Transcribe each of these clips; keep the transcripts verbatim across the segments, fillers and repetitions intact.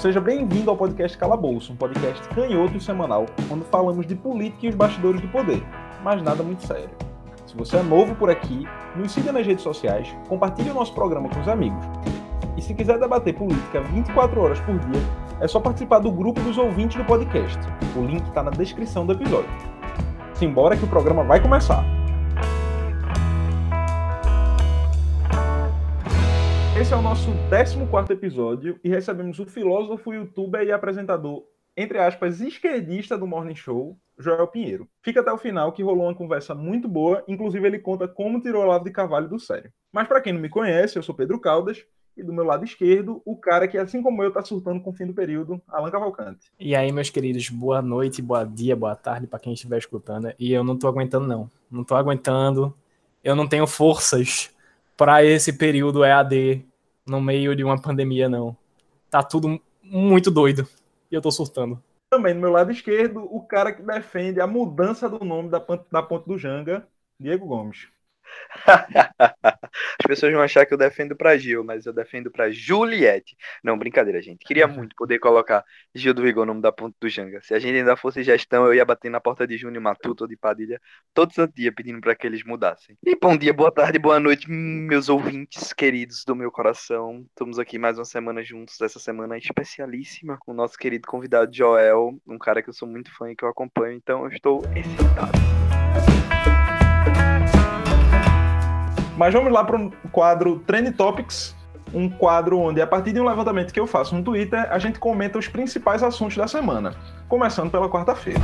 Seja bem-vindo ao podcast Calabouço, um podcast canhoto e semanal, onde falamos de política e os bastidores do poder, mas nada muito sério. Se você é novo por aqui, nos siga nas redes sociais, compartilhe o nosso programa com os amigos. E se quiser debater política vinte e quatro horas por dia, é só participar do grupo dos ouvintes do podcast. O link está na descrição do episódio. Simbora que o programa vai começar! Esse é o nosso décimo quarto episódio e recebemos o filósofo, youtuber e apresentador, entre aspas, esquerdista do Morning Show, Joel Pinheiro. Fica até o final que rolou uma conversa muito boa, inclusive ele conta como tirou o Olavo de Carvalho do sério. Mas para quem não me conhece, eu sou Pedro Caldas e do meu lado esquerdo, o cara que, assim como eu, tá surtando com o fim do período, Alan Cavalcante. E aí, meus queridos, boa noite, boa dia, boa tarde para quem estiver escutando. E eu não tô aguentando, não. Não tô aguentando. Eu não tenho forças para esse período E A D no meio de uma pandemia, não. Tá tudo muito doido. E eu tô surtando. Também do meu lado esquerdo, o cara que defende a mudança do nome da, da Ponte do Janga, Diego Gomes. As pessoas vão achar que eu defendo pra Gil, mas eu defendo pra Juliette. Não, brincadeira, gente. Queria muito poder colocar Gil do Vigor no nome da Ponte do Janga. Se a gente ainda fosse gestão, eu ia bater na porta de Júnior Matuto ou de Padilha todo santo dia pedindo pra que eles mudassem. E bom dia, boa tarde, boa noite, meus ouvintes queridos do meu coração. Estamos aqui mais uma semana juntos, essa semana especialíssima, com o nosso querido convidado Joel, um cara que eu sou muito fã e que eu acompanho, então eu estou excitado. Mas vamos lá para o quadro Trend Topics, um quadro onde, a partir de um levantamento que eu faço no Twitter, a gente comenta os principais assuntos da semana, começando pela quarta-feira.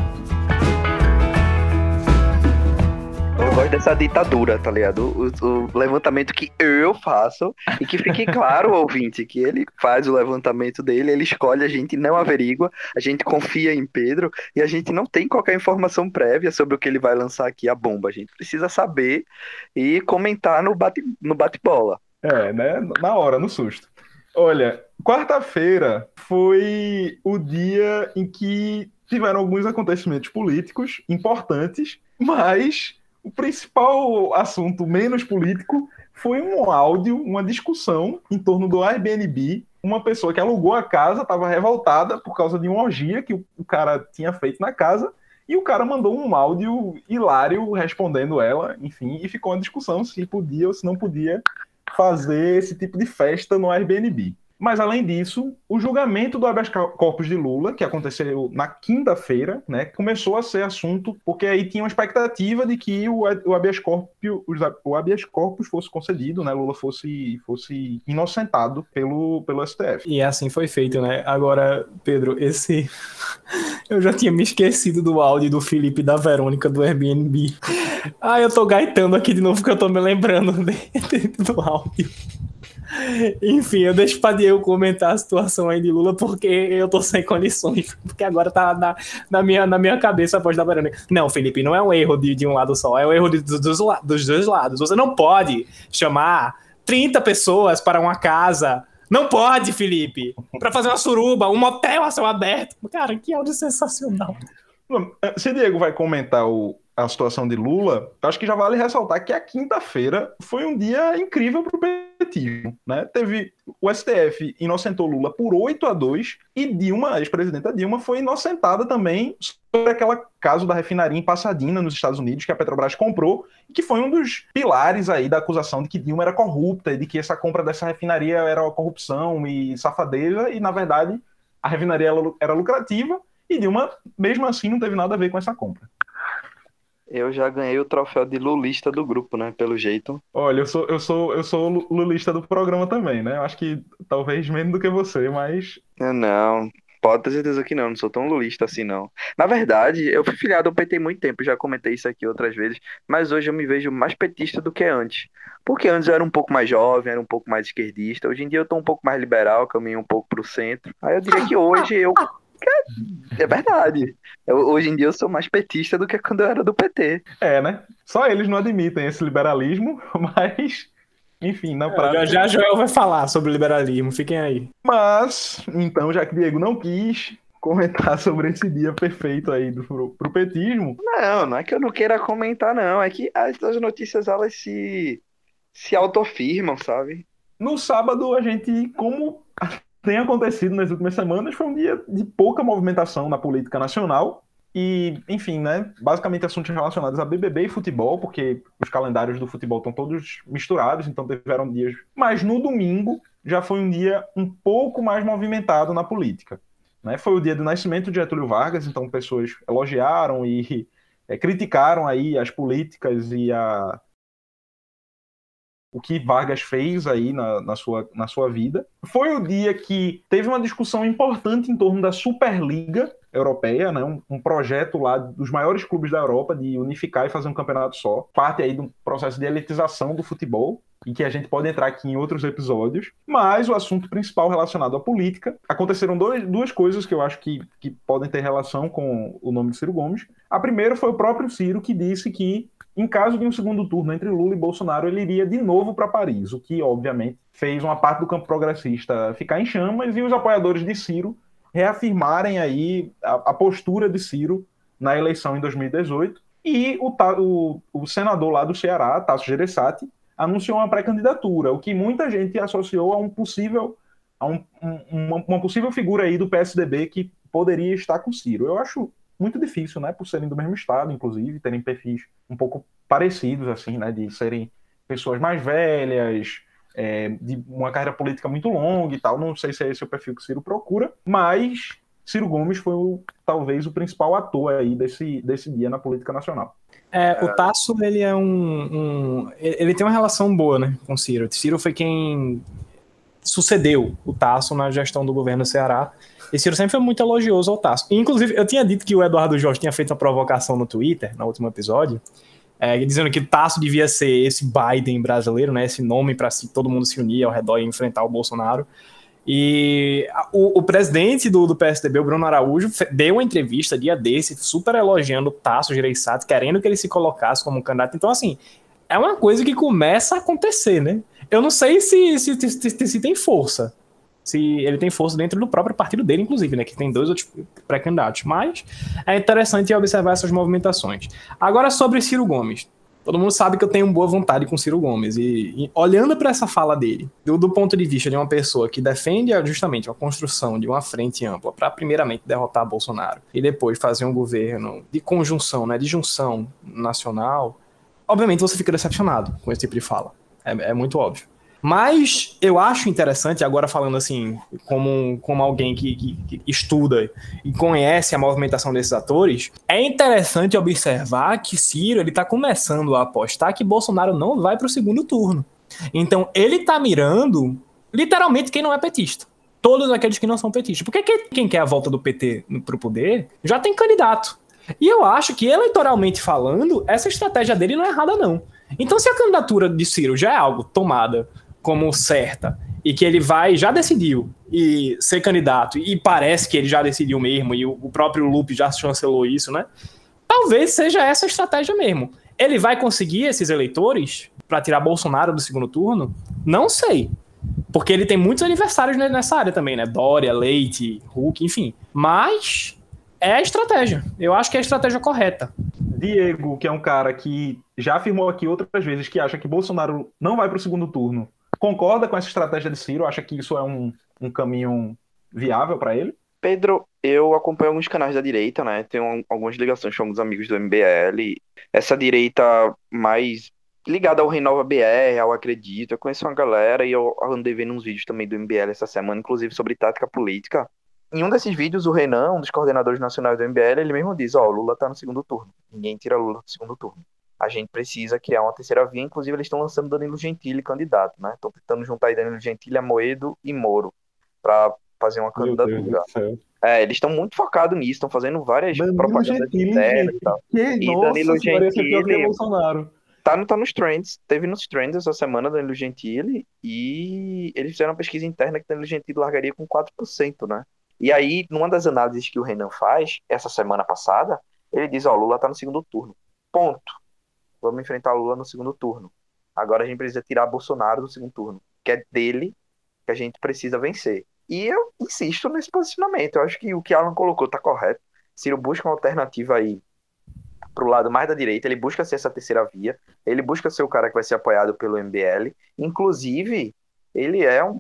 Eu gosto dessa ditadura, tá ligado? O, o levantamento que eu faço, e que fique claro, ouvinte, que ele faz o levantamento dele, ele escolhe, a gente não averigua, a gente confia em Pedro, e a gente não tem qualquer informação prévia sobre o que ele vai lançar aqui, a bomba. A gente precisa saber e comentar no bate, no bate-bola. É, né? Na hora, no susto. Olha, quarta-feira foi o dia em que tiveram alguns acontecimentos políticos importantes, mas o principal assunto menos político foi um áudio, uma discussão em torno do Airbnb. Uma pessoa que alugou a casa estava revoltada por causa de uma orgia que o cara tinha feito na casa, e o cara mandou um áudio hilário respondendo ela, enfim, e ficou uma discussão se podia ou se não podia fazer esse tipo de festa no Airbnb. Mas, além disso, o julgamento do habeas corpus de Lula, que aconteceu na quinta-feira, né, começou a ser assunto, porque aí tinha uma expectativa de que o, o, habeas, corpus, o habeas corpus fosse concedido, né, Lula fosse, fosse inocentado pelo, pelo S T F. E assim foi feito, né? Agora, Pedro, esse... eu já tinha me esquecido do áudio do Felipe e da Verônica do Airbnb. Ah, eu tô gaitando aqui de novo, porque eu tô me lembrando do áudio. Enfim, eu deixo pra Diego comentar a situação aí de Lula, porque eu tô sem condições, porque agora tá na, na, minha, na minha cabeça a voz da Verônica. Não, Felipe, não é um erro de, de um lado só, é um erro de, dos, dos, dos dois lados. Você não pode chamar trinta pessoas para uma casa. Não pode, Felipe, pra fazer uma suruba, um motel a céu aberto. Cara, que áudio sensacional. Se Diego vai comentar o, a situação de Lula, acho que já vale ressaltar que a quinta-feira foi um dia incrível para o petismo, né? Teve o S T F inocentou Lula por oito a dois e Dilma, a ex-presidenta Dilma, foi inocentada também sobre aquele caso da refinaria em Pasadena, nos Estados Unidos, que a Petrobras comprou, e que foi um dos pilares aí da acusação de que Dilma era corrupta e de que essa compra dessa refinaria era corrupção e safadeza, e na verdade a refinaria era lucrativa, e Dilma, mesmo assim, não teve nada a ver com essa compra. Eu já ganhei o troféu de lulista do grupo, né? Pelo jeito. Olha, eu sou, eu sou, eu sou lulista do programa também, né? Eu acho que talvez menos do que você, mas... Eu não, pode ter certeza que não, não sou tão lulista assim, não. Na verdade, eu fui filiado ao P T há muito tempo, já comentei isso aqui outras vezes, mas hoje eu me vejo mais petista do que antes. Porque antes eu era um pouco mais jovem, era um pouco mais esquerdista. Hoje em dia eu tô um pouco mais liberal, caminho um pouco pro centro. Aí eu diria que hoje eu... É verdade. Eu, hoje em dia eu sou mais petista do que quando eu era do P T. É, né? Só eles não admitem esse liberalismo, mas, enfim, na prática... Já já Joel vai falar sobre liberalismo, fiquem aí. Mas, então, já que Diego não quis comentar sobre esse dia perfeito aí do, pro, pro petismo... Não, não é que eu não queira comentar, não. É que as, as notícias, elas se, se autoafirmam, sabe? No sábado, a gente, como tem acontecido nas últimas semanas foi um dia de pouca movimentação na política nacional e, enfim, né, basicamente assuntos relacionados a B B B e futebol, porque os calendários do futebol estão todos misturados, então tiveram dias. Mas no domingo já foi um dia um pouco mais movimentado na política, né? Foi o dia do nascimento de Getúlio Vargas, então pessoas elogiaram e é, criticaram aí as políticas e a o que Vargas fez aí na, na, sua, na sua vida. Foi o dia que teve uma discussão importante em torno da Superliga Europeia, né? um, um projeto lá dos maiores clubes da Europa de unificar e fazer um campeonato só. Parte aí de um processo de elitização do futebol, e que a gente pode entrar aqui em outros episódios. Mas o assunto principal relacionado à política, aconteceram dois, duas coisas que eu acho que, que podem ter relação com o nome de Ciro Gomes. A primeira foi o próprio Ciro que disse que em caso de um segundo turno entre Lula e Bolsonaro, ele iria de novo para Paris, o que, obviamente, fez uma parte do campo progressista ficar em chamas e os apoiadores de Ciro reafirmarem aí a, a postura de Ciro na eleição em dois mil e dezoito. E o, o, o senador lá do Ceará, Tasso Gereissati, anunciou uma pré-candidatura, o que muita gente associou a um possível, a um, um, uma, uma possível figura aí do P S D B que poderia estar com Ciro. Eu acho muito difícil, né, por serem do mesmo estado, inclusive, terem perfis um pouco parecidos, assim, né, de serem pessoas mais velhas, é, de uma carreira política muito longa e tal. Não sei se é esse o perfil que Ciro procura, mas Ciro Gomes foi o, talvez o principal ator aí desse, desse dia na política nacional. É, o Tasso, ele é um, um... Ele tem uma relação boa, né, com Ciro. Ciro foi quem sucedeu o Tasso na gestão do governo do Ceará. E Ciro sempre foi muito elogioso ao Tasso. Inclusive, eu tinha dito que o Eduardo Jorge tinha feito uma provocação no Twitter, no último episódio, é, dizendo que o Tasso devia ser esse Biden brasileiro, né, esse nome para si, todo mundo se unir ao redor e enfrentar o Bolsonaro. E o, o presidente do, do P S D B, o Bruno Araújo, deu uma entrevista dia desse, super elogiando o Tasso Gereissati, querendo que ele se colocasse como candidato. Então, assim, é uma coisa que começa a acontecer, né? Eu não sei se, se, se, se, se tem força. Se ele tem força dentro do próprio partido dele, inclusive, né? Que tem dois outros pré-candidatos. Mas é interessante observar essas movimentações. Agora, sobre Ciro Gomes. Todo mundo sabe que eu tenho boa vontade com Ciro Gomes. E, e olhando para essa fala dele, do, do ponto de vista de uma pessoa que defende justamente a construção de uma frente ampla para, primeiramente, derrotar Bolsonaro e depois fazer um governo de conjunção, né? De junção nacional, obviamente você fica decepcionado com esse tipo de fala. É, é muito óbvio. Mas eu acho interessante, agora falando assim, como, como alguém que, que, que estuda e conhece a movimentação desses atores, é interessante observar que Ciro está começando a apostar que Bolsonaro não vai para o segundo turno. Então ele está mirando literalmente quem não é petista. Todos aqueles que não são petistas. Porque quem quer a volta do P T para o poder já tem candidato. E eu acho que, eleitoralmente falando, essa estratégia dele não é errada, não. Então, se a candidatura de Ciro já é algo tomada como certa, e que ele vai, já decidiu e ser candidato, e parece que ele já decidiu mesmo, e o próprio Lupe já chancelou isso, né? Talvez seja essa a estratégia mesmo. Ele vai conseguir esses eleitores para tirar Bolsonaro do segundo turno? Não sei. Porque ele tem muitos adversários nessa área também, né? Dória, Leite, Huck, enfim. Mas é a estratégia. Eu acho que é a estratégia correta. Diego, que é um cara que já afirmou aqui outras vezes que acha que Bolsonaro não vai para o segundo turno, concorda com essa estratégia de Ciro? Acha que isso é um, um caminho viável para ele? Pedro, eu acompanho alguns canais da direita, né? Tenho algumas ligações com alguns amigos do M B L. Essa direita mais ligada ao Renova B R, ao Acredito. Eu conheço uma galera e eu andei vendo uns vídeos também do M B L essa semana, inclusive sobre tática política. Em um desses vídeos, o Renan, um dos coordenadores nacionais do M B L, ele mesmo diz, ó, oh, o Lula tá no segundo turno. Ninguém tira Lula do segundo turno. A gente precisa criar uma terceira via. Inclusive, eles estão lançando Danilo Gentili candidato, né? Estão tentando juntar aí Danilo Gentili, Amoedo e Moro para fazer uma Meu candidatura. Deus do céu. É, eles estão muito focados nisso, estão fazendo várias Danilo propagandas Gentili, internas gente. e tal. Que, E nossa, Danilo senhora, esse é pior que Gentili Bolsonaro. tá, no- tá nos trends, teve nos trends essa semana Danilo Gentili, e eles fizeram uma pesquisa interna que Danilo Gentili largaria com quatro por cento, né? E aí, numa das análises que o Renan faz, essa semana passada, ele diz, ó, Lula tá no segundo turno. Ponto. Vamos enfrentar Lula no segundo turno. Agora a gente precisa tirar Bolsonaro do segundo turno, que é dele que a gente precisa vencer. E eu insisto nesse posicionamento. Eu acho que o que Alan colocou tá correto. Ciro busca uma alternativa aí pro lado mais da direita, ele busca ser essa terceira via, ele busca ser o cara que vai ser apoiado pelo M B L. Inclusive, ele é um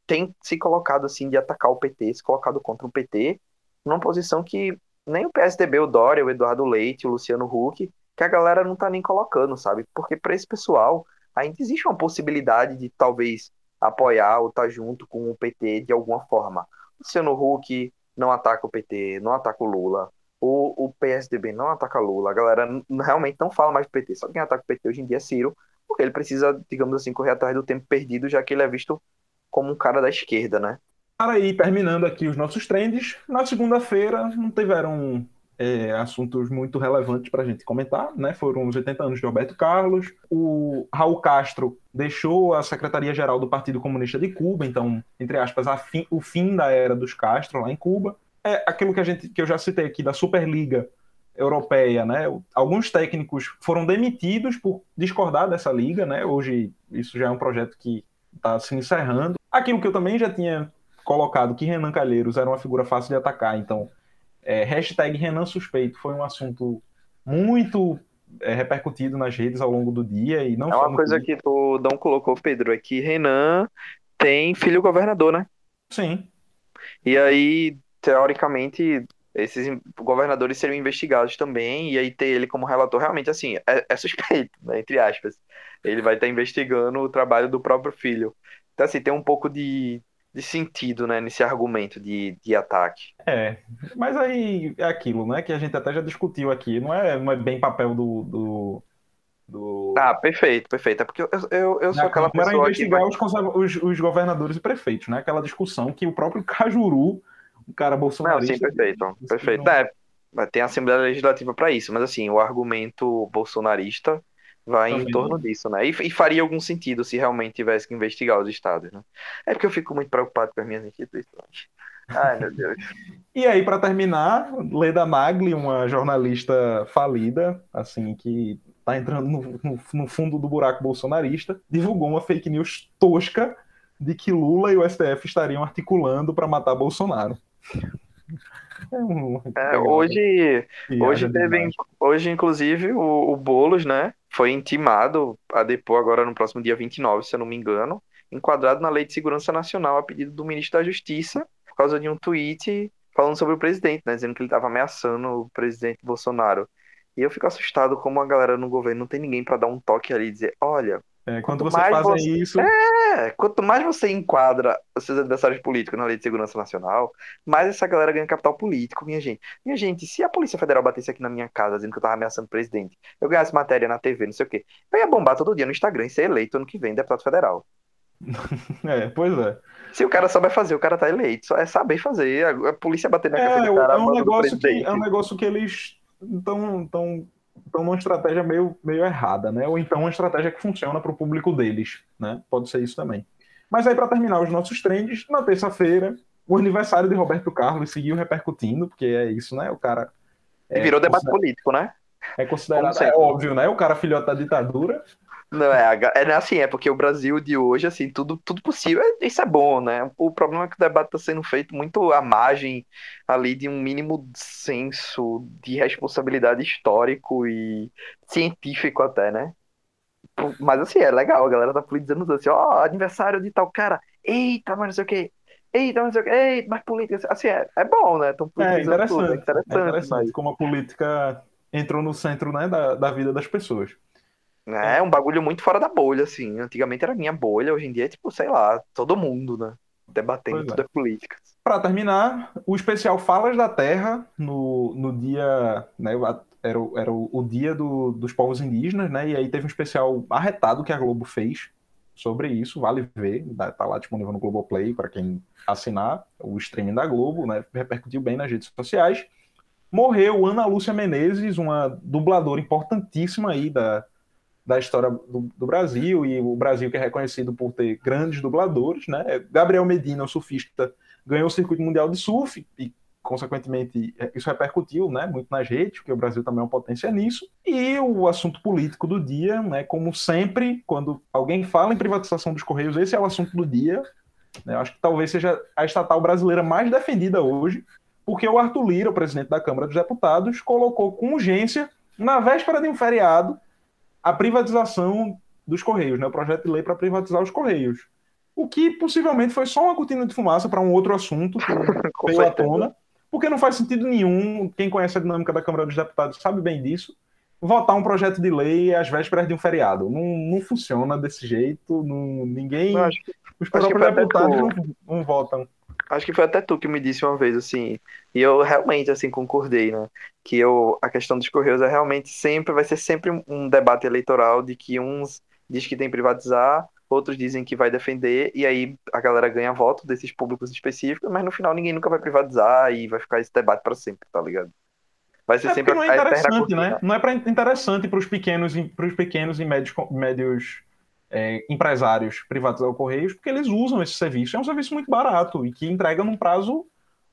tem se colocado assim de atacar o P T, se colocado contra o P T, numa posição que nem o P S D B, o Dória, o Eduardo Leite, o Luciano Huck, que a galera não tá nem colocando, sabe? Porque para esse pessoal ainda existe uma possibilidade de talvez apoiar ou estar junto com o P T de alguma forma. O Luciano Huck não ataca o P T, não ataca o Lula. O, o P S D B não ataca Lula. A galera n- realmente não fala mais do P T. Só quem ataca o P T hoje em dia é Ciro, porque ele precisa, digamos assim, correr atrás do tempo perdido, já que ele é visto como um cara da esquerda, né? Para ir terminando aqui os nossos trends, na segunda-feira não tiveram é, assuntos muito relevantes para a gente comentar, né? Foram os oitenta anos de Roberto Carlos. O Raul Castro deixou a Secretaria-Geral do Partido Comunista de Cuba, então, entre aspas, a fim- o fim da era dos Castro lá em Cuba. É aquilo que, a gente, que eu já citei aqui da Superliga Europeia, né? Alguns técnicos foram demitidos por discordar dessa liga, né? Hoje isso já é um projeto que está se encerrando. Aquilo que eu também já tinha colocado, que Renan Calheiros era uma figura fácil de atacar, então é, hashtag Renan Suspeito foi um assunto muito é, repercutido nas redes ao longo do dia, e não É só uma no coisa Twitter. que tu não colocou, Pedro, é que Renan tem filho governador, né? Sim, E aí, teoricamente, esses in- governadores seriam investigados também, e aí ter ele como relator, realmente, assim, é, é suspeito, né, entre aspas. Ele vai estar investigando o trabalho do próprio filho. Então, assim, tem um pouco de, de sentido, né, nesse argumento de, de ataque. é. Mas aí é aquilo, né? Que a gente até já discutiu aqui. Não é, não é bem papel do, do, Ah, do- perfeito, perfeito. É porque eu, eu, eu sou da aquela Câmara pessoa que vai. investigar os, conserva- os, os governadores e prefeitos, né? Aquela discussão que o próprio Cajuru, o cara Não, sim, bolsonarista, perfeito, disse que perfeito. não. É, mas tem a Assembleia Legislativa para isso, mas assim, o argumento bolsonarista vai em torno Também. disso, né? E, e faria algum sentido se realmente tivesse que investigar os estados, né? É porque eu fico muito preocupado com as minhas instituições. Ai, meu Deus. E aí, para terminar, Leda Nagli, uma jornalista falida, assim, que está entrando no, no, no fundo do buraco bolsonarista, divulgou uma fake news tosca de que Lula e o S T F estariam articulando para matar Bolsonaro. É um, É, legal, hoje, hoje viaja teve, demais. hoje inclusive o, o Boulos, né, foi intimado a depor agora no próximo dia vinte e nove, se eu não me engano, enquadrado na Lei de Segurança Nacional a pedido do ministro da Justiça, por causa de um tweet falando sobre o presidente, né, dizendo que ele estava ameaçando o presidente Bolsonaro. E eu fico assustado como a galera no governo não tem ninguém para dar um toque ali e dizer, olha, É, quando quanto vocês mais fazem você isso, é, quanto mais você enquadra os seus adversários políticos na Lei de Segurança Nacional, mais essa galera ganha capital político, minha gente. Minha gente, se a Polícia Federal batesse aqui na minha casa dizendo que eu tava ameaçando o presidente, eu ganhasse matéria na T V, não sei o quê, eu ia bombar todo dia no Instagram e ser eleito ano que vem deputado federal. é, pois é. Se o cara souber fazer, o cara tá eleito. Só é saber fazer. A, a polícia bater na casa É, do é cara, um manda do negócio que é um presidente. negócio que eles estão tão, tão numa estratégia meio, meio errada, né? Ou então uma estratégia que funciona para o público deles, né? Pode ser isso também. Mas aí, para terminar os nossos trends, na terça-feira, o aniversário de Roberto Carlos seguiu repercutindo, porque é isso, né? O cara E é, virou debate considera- político, né? é Como considerado, é sempre. óbvio, né? O cara filhote da ditadura. Não, é, a ga- é assim, é porque o Brasil de hoje, assim, tudo, tudo possível, é- isso é bom, né? O problema é que o debate está sendo feito muito à margem ali de um mínimo senso de responsabilidade histórico e científico até, né? Pô, mas assim, é legal, a galera tá politizando assim, ó, aniversário de tal cara, eita, mas não sei o quê, eita, mas não sei o quê, eita, mas política, assim, é, é bom, né? Estão É politizando tudo, é interessante, é interessante, interessante mas como a política entrou no centro, né, da, da vida das pessoas. né, é É, um bagulho muito fora da bolha, assim. Antigamente era minha bolha, hoje em dia é tipo, sei lá, todo mundo, né? Debatendo pois tudo é. é política. Para terminar, o especial Falas da Terra, no, no dia, né, era, o- era o, o dia do, dos povos indígenas, né, e aí teve um especial arretado que a Globo fez sobre isso, vale ver, tá tá lá disponível no Globoplay para quem assinar o streaming da Globo, né, repercutiu bem nas redes sociais. Morreu Ana Lúcia Menezes, uma dubladora importantíssima aí da, da história do, do Brasil, e o Brasil que é reconhecido por ter grandes dubladores, né? Gabriel Medina, o surfista, ganhou o circuito mundial de surf e, consequentemente, isso repercutiu, né, muito nas redes, porque o Brasil também é uma potência nisso. E o assunto político do dia, né, como sempre, quando alguém fala em privatização dos Correios, esse é o assunto do dia. Né? Eu acho que talvez seja a estatal brasileira mais defendida hoje, porque o Arthur Lira, o presidente da Câmara dos Deputados, colocou com urgência, na véspera de um feriado, a privatização dos Correios, né? O projeto de lei para privatizar os Correios. o que possivelmente foi só uma cortina de fumaça para um outro assunto que veio à tona, porque não faz sentido nenhum, quem conhece a dinâmica da Câmara dos Deputados sabe bem disso, votar um projeto de lei às vésperas de um feriado. Não, não funciona desse jeito, não, ninguém... Não, acho que, os acho que próprios foi até deputados tu. não, não votam. Acho que foi até tu que me disse uma vez, assim, e eu realmente, assim, concordei, né? Que eu, a questão dos Correios é realmente sempre, vai ser sempre um um debate eleitoral de que uns diz que tem que privatizar, outros dizem que vai defender, e aí a galera ganha voto desses públicos específicos, mas no final ninguém nunca vai privatizar e vai ficar esse debate para sempre, tá ligado? Vai ser É porque sempre não é a a eterna interessante, né? cortina. Não é pra, interessante para os pequenos, e- pros pequenos e médios, médios é, empresários privatizar o Correios, porque eles usam esse serviço. É um serviço muito barato e que entrega num prazo,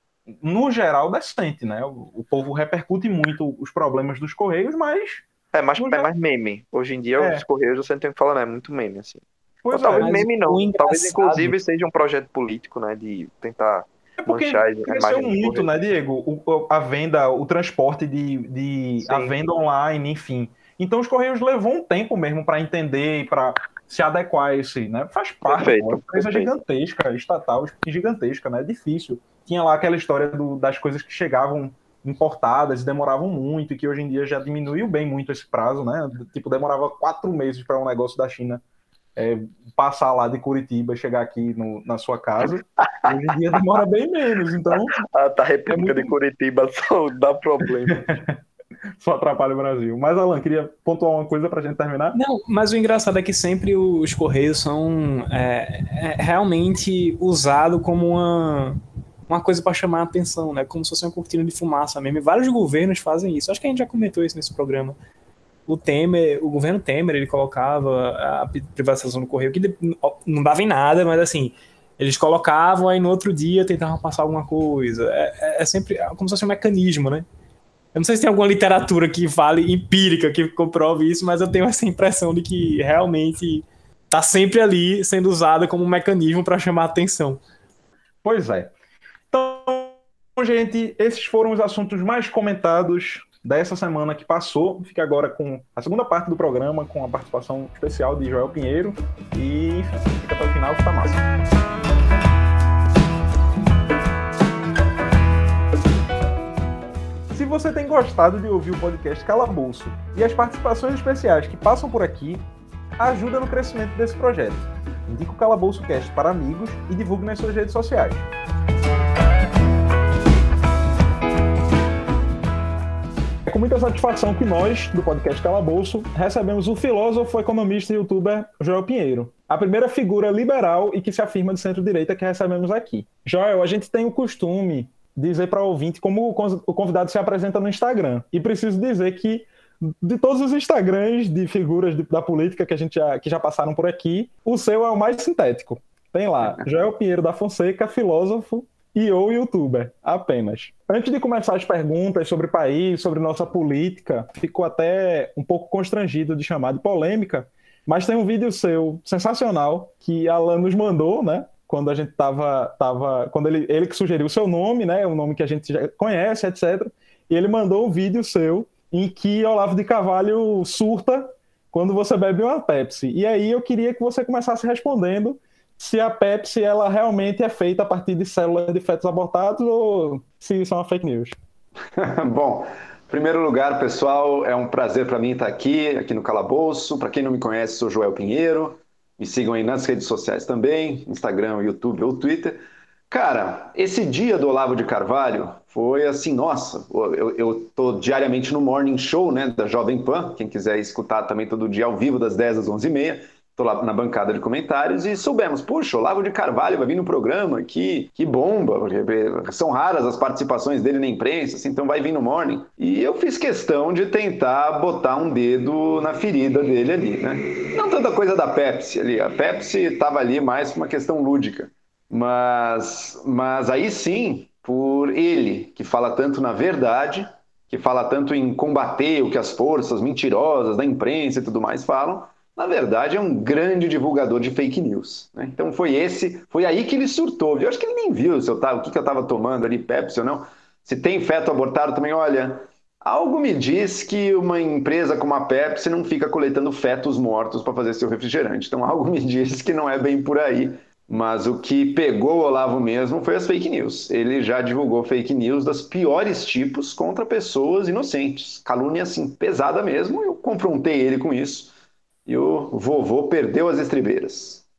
no geral, decente, né? O, o povo repercute muito os problemas dos Correios, mas, É mais, no é geral, mais meme. Hoje em dia, os é. Correios, você não tem o que falar, né? É muito meme, assim. Ou Pois talvez é. Mas meme o não. Talvez, engraçado. inclusive, seja um projeto político, né? De tentar É porque manchar a cresceu imagem dos muito, Correios. né, Diego? O- o- a venda, o transporte de, de a Sim, venda online, enfim. Então os Correios levou um tempo mesmo para entender e para se adequar a esse, né? Faz parte, pô, é uma perfeito, empresa perfeito. gigantesca, estatal gigantesca, né? É difícil. Tinha lá aquela história do- das coisas que chegavam importadas e demoravam muito, e que hoje em dia já diminuiu bem muito esse prazo, né? Tipo, demorava quatro meses para um negócio da China é, passar lá de Curitiba e chegar aqui no- na sua casa. Hoje em dia demora bem menos, então A da é República muito de Curitiba só dá problema. só atrapalha o Brasil. Mas, Alan, queria pontuar uma coisa pra gente terminar? Não, mas o engraçado é que sempre os Correios são é, é, realmente usados como uma, uma coisa para chamar a atenção, né? Como se fosse uma cortina de fumaça mesmo. E vários governos fazem isso. Acho que a gente já comentou isso nesse programa. O Temer, o governo Temer, ele colocava a privatização do Correio, que não dava em nada, mas assim, eles colocavam, aí no outro dia tentavam passar alguma coisa. É, é, é sempre como se fosse um mecanismo, né? Eu não sei se tem alguma literatura que fale, empírica, que comprove isso, mas eu tenho essa impressão de que realmente está sempre ali sendo usada como um mecanismo para chamar a atenção. Pois é. Então, gente, esses foram os assuntos mais comentados dessa semana que passou. Fica agora com a segunda parte do programa, com a participação especial de Joel Pinheiro. E, enfim, fica até o final que tá massa. Se você tem gostado de ouvir o podcast Calabouço e as participações especiais que passam por aqui, ajuda no crescimento desse projeto. Indique o Calabouço Cast para amigos e divulgue nas suas redes sociais. É com muita satisfação que nós, do podcast Calabouço, recebemos o filósofo, economista e youtuber Joel Pinheiro, a primeira figura liberal e que se afirma de centro-direita que recebemos aqui. Joel, a gente tem o costume de dizer para o ouvinte como o convidado se apresenta no Instagram. E preciso dizer que de todos os Instagrams de figuras de, da política que a gente já, que já passaram por aqui, o seu é o mais sintético. Tem lá, Joel Pinheiro da Fonseca, filósofo e ou youtuber, apenas. Antes de começar as perguntas sobre o país, sobre nossa política, ficou até um pouco constrangido de chamar de polêmica, mas tem um vídeo seu sensacional que a Alan nos mandou, né? Quando a gente tava, tava quando ele, ele que sugeriu o seu nome, né? Um nome que a gente já conhece, etcétera. E ele mandou um vídeo seu em que Olavo de Carvalho surta quando você bebe uma Pepsi. E aí eu queria que você começasse respondendo se a Pepsi ela realmente é feita a partir de células de fetos abortados ou se isso é uma fake news. Bom, em primeiro lugar, pessoal, é um prazer para mim estar aqui, aqui no Calabouço. Para quem não me conhece, sou Joel Pinheiro. Me sigam aí nas redes sociais também, Instagram, YouTube ou Twitter. Cara, esse dia do Olavo de Carvalho foi assim, nossa, eu, eu tô diariamente no Morning Show, né, da Jovem Pan, quem quiser escutar também todo dia ao vivo das dez às onze e meia, tô lá na bancada de comentários e soubemos, puxa, Olavo de Carvalho vai vir no programa, que, que bomba, são raras as participações dele na imprensa, assim, então vai vir no Morning. E eu fiz questão de tentar botar um dedo na ferida dele ali, né, não tanta coisa da Pepsi ali, a Pepsi estava ali mais por uma questão lúdica. Mas, mas aí sim, por ele, que fala tanto na verdade, que fala tanto em combater o que as forças mentirosas da imprensa e tudo mais falam, na verdade é um grande divulgador de fake news, né? Então foi esse, foi aí que ele surtou. Eu acho que ele nem viu se eu tava, o que, que eu estava tomando ali, Pepsi ou não. Se tem feto abortado também, olha, algo me diz que uma empresa como a Pepsi não fica coletando fetos mortos para fazer seu refrigerante. Então algo me diz que não é bem por aí. Mas o que pegou o Olavo mesmo foi as fake news. Ele já divulgou fake news das piores tipos contra pessoas inocentes. Calúnia, assim, pesada mesmo. Eu confrontei ele com isso. E o vovô perdeu as estribeiras.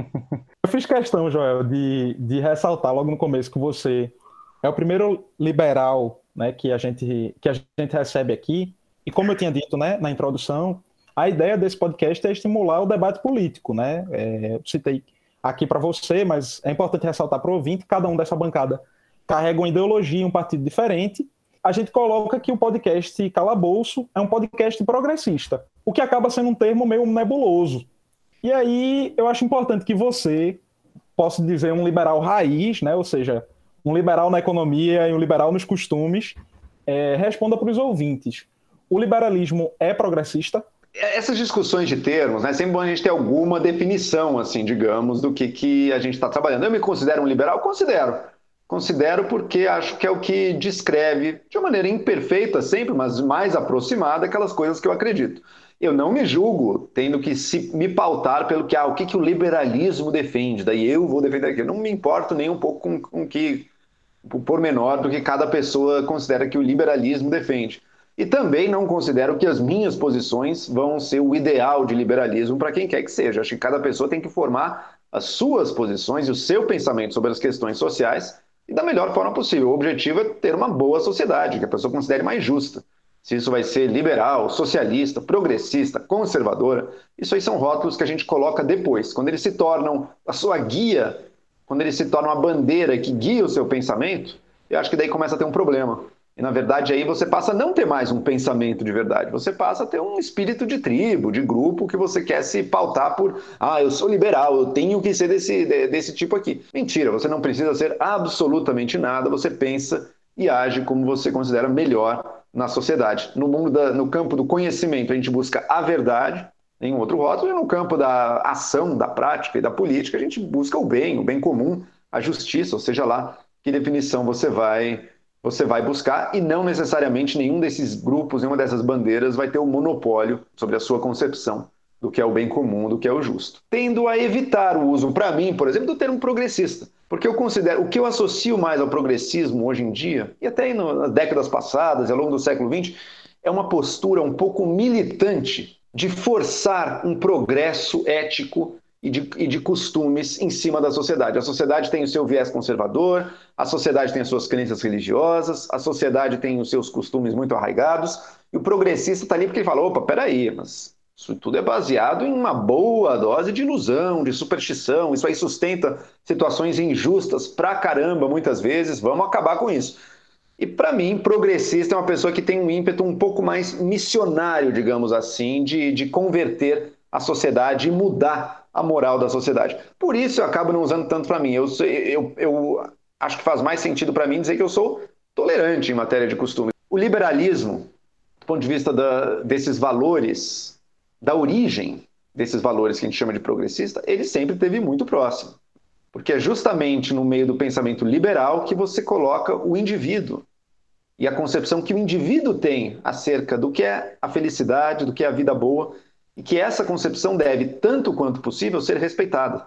Eu fiz questão, Joel, de, de ressaltar logo no começo que você é o primeiro liberal, né, que, a gente, que a gente recebe aqui. E como eu tinha dito, né, na introdução, a ideia desse podcast é estimular o debate político, né? É, eu citei aqui para você, mas é importante ressaltar para o ouvinte, cada um dessa bancada carrega uma ideologia, um partido diferente. A gente coloca que o podcast Calabouço é um podcast progressista, o que acaba sendo um termo meio nebuloso. E aí eu acho importante que você, posso dizer um liberal raiz, né? Ou seja, um liberal na economia e um liberal nos costumes, é, responda para os ouvintes. O liberalismo é progressista? Essas discussões de termos, né, sempre bom a gente ter alguma definição, assim, digamos, do que, que a gente está trabalhando. Eu me considero um liberal? Considero. Considero porque acho que é o que descreve, de uma maneira imperfeita sempre, mas mais aproximada, aquelas coisas que eu acredito. Eu não me julgo tendo que se, me pautar pelo que, ah, o que, que o liberalismo defende, daí eu vou defender aquilo. Não me importo nem um pouco com, com que, o pormenor do que cada pessoa considera que o liberalismo defende. E também não considero que as minhas posições vão ser o ideal de liberalismo para quem quer que seja. Acho que cada pessoa tem que formar as suas posições e o seu pensamento sobre as questões sociais e da melhor forma possível. O objetivo é ter uma boa sociedade, que a pessoa considere mais justa. Se isso vai ser liberal, socialista, progressista, conservadora, isso aí são rótulos que a gente coloca depois. Quando eles se tornam a sua guia, quando eles se tornam a bandeira que guia o seu pensamento, eu acho que daí começa a ter um problema. E, na verdade, aí você passa a não ter mais um pensamento de verdade. Você passa a ter um espírito de tribo, de grupo, que você quer se pautar por, ah, eu sou liberal, eu tenho que ser desse, desse tipo aqui. Mentira, você não precisa ser absolutamente nada, você pensa e age como você considera melhor na sociedade. No mundo da, no campo do conhecimento, a gente busca a verdade, em outro rótulo, e no campo da ação, da prática e da política, a gente busca o bem, o bem comum, a justiça, ou seja lá, que definição você vai... você vai buscar, e não necessariamente nenhum desses grupos, nenhuma dessas bandeiras vai ter o monopólio sobre a sua concepção do que é o bem comum, do que é o justo. Tendo a evitar o uso, para mim, por exemplo, do termo progressista. Porque eu considero, o que eu associo mais ao progressismo hoje em dia, e até nas décadas passadas, ao longo do século vinte, é uma postura um pouco militante de forçar um progresso ético E de, e de costumes em cima da sociedade. A sociedade tem o seu viés conservador, a sociedade tem as suas crenças religiosas, a sociedade tem os seus costumes muito arraigados, e o progressista está ali porque ele fala, opa, peraí, mas isso tudo é baseado em uma boa dose de ilusão, de superstição, isso aí sustenta situações injustas pra caramba muitas vezes, vamos acabar com isso. E para mim, progressista é uma pessoa que tem um ímpeto um pouco mais missionário, digamos assim, de, de converter a sociedade e mudar a moral da sociedade. Por isso eu acabo não usando tanto para mim. Eu, eu, eu acho que faz mais sentido para mim dizer que eu sou tolerante em matéria de costume. O liberalismo, do ponto de vista da, desses valores, da origem desses valores que a gente chama de progressista, ele sempre esteve muito próximo. Porque é justamente no meio do pensamento liberal que você coloca o indivíduo e a concepção que o indivíduo tem acerca do que é a felicidade, do que é a vida boa, e que essa concepção deve, tanto quanto possível, ser respeitada.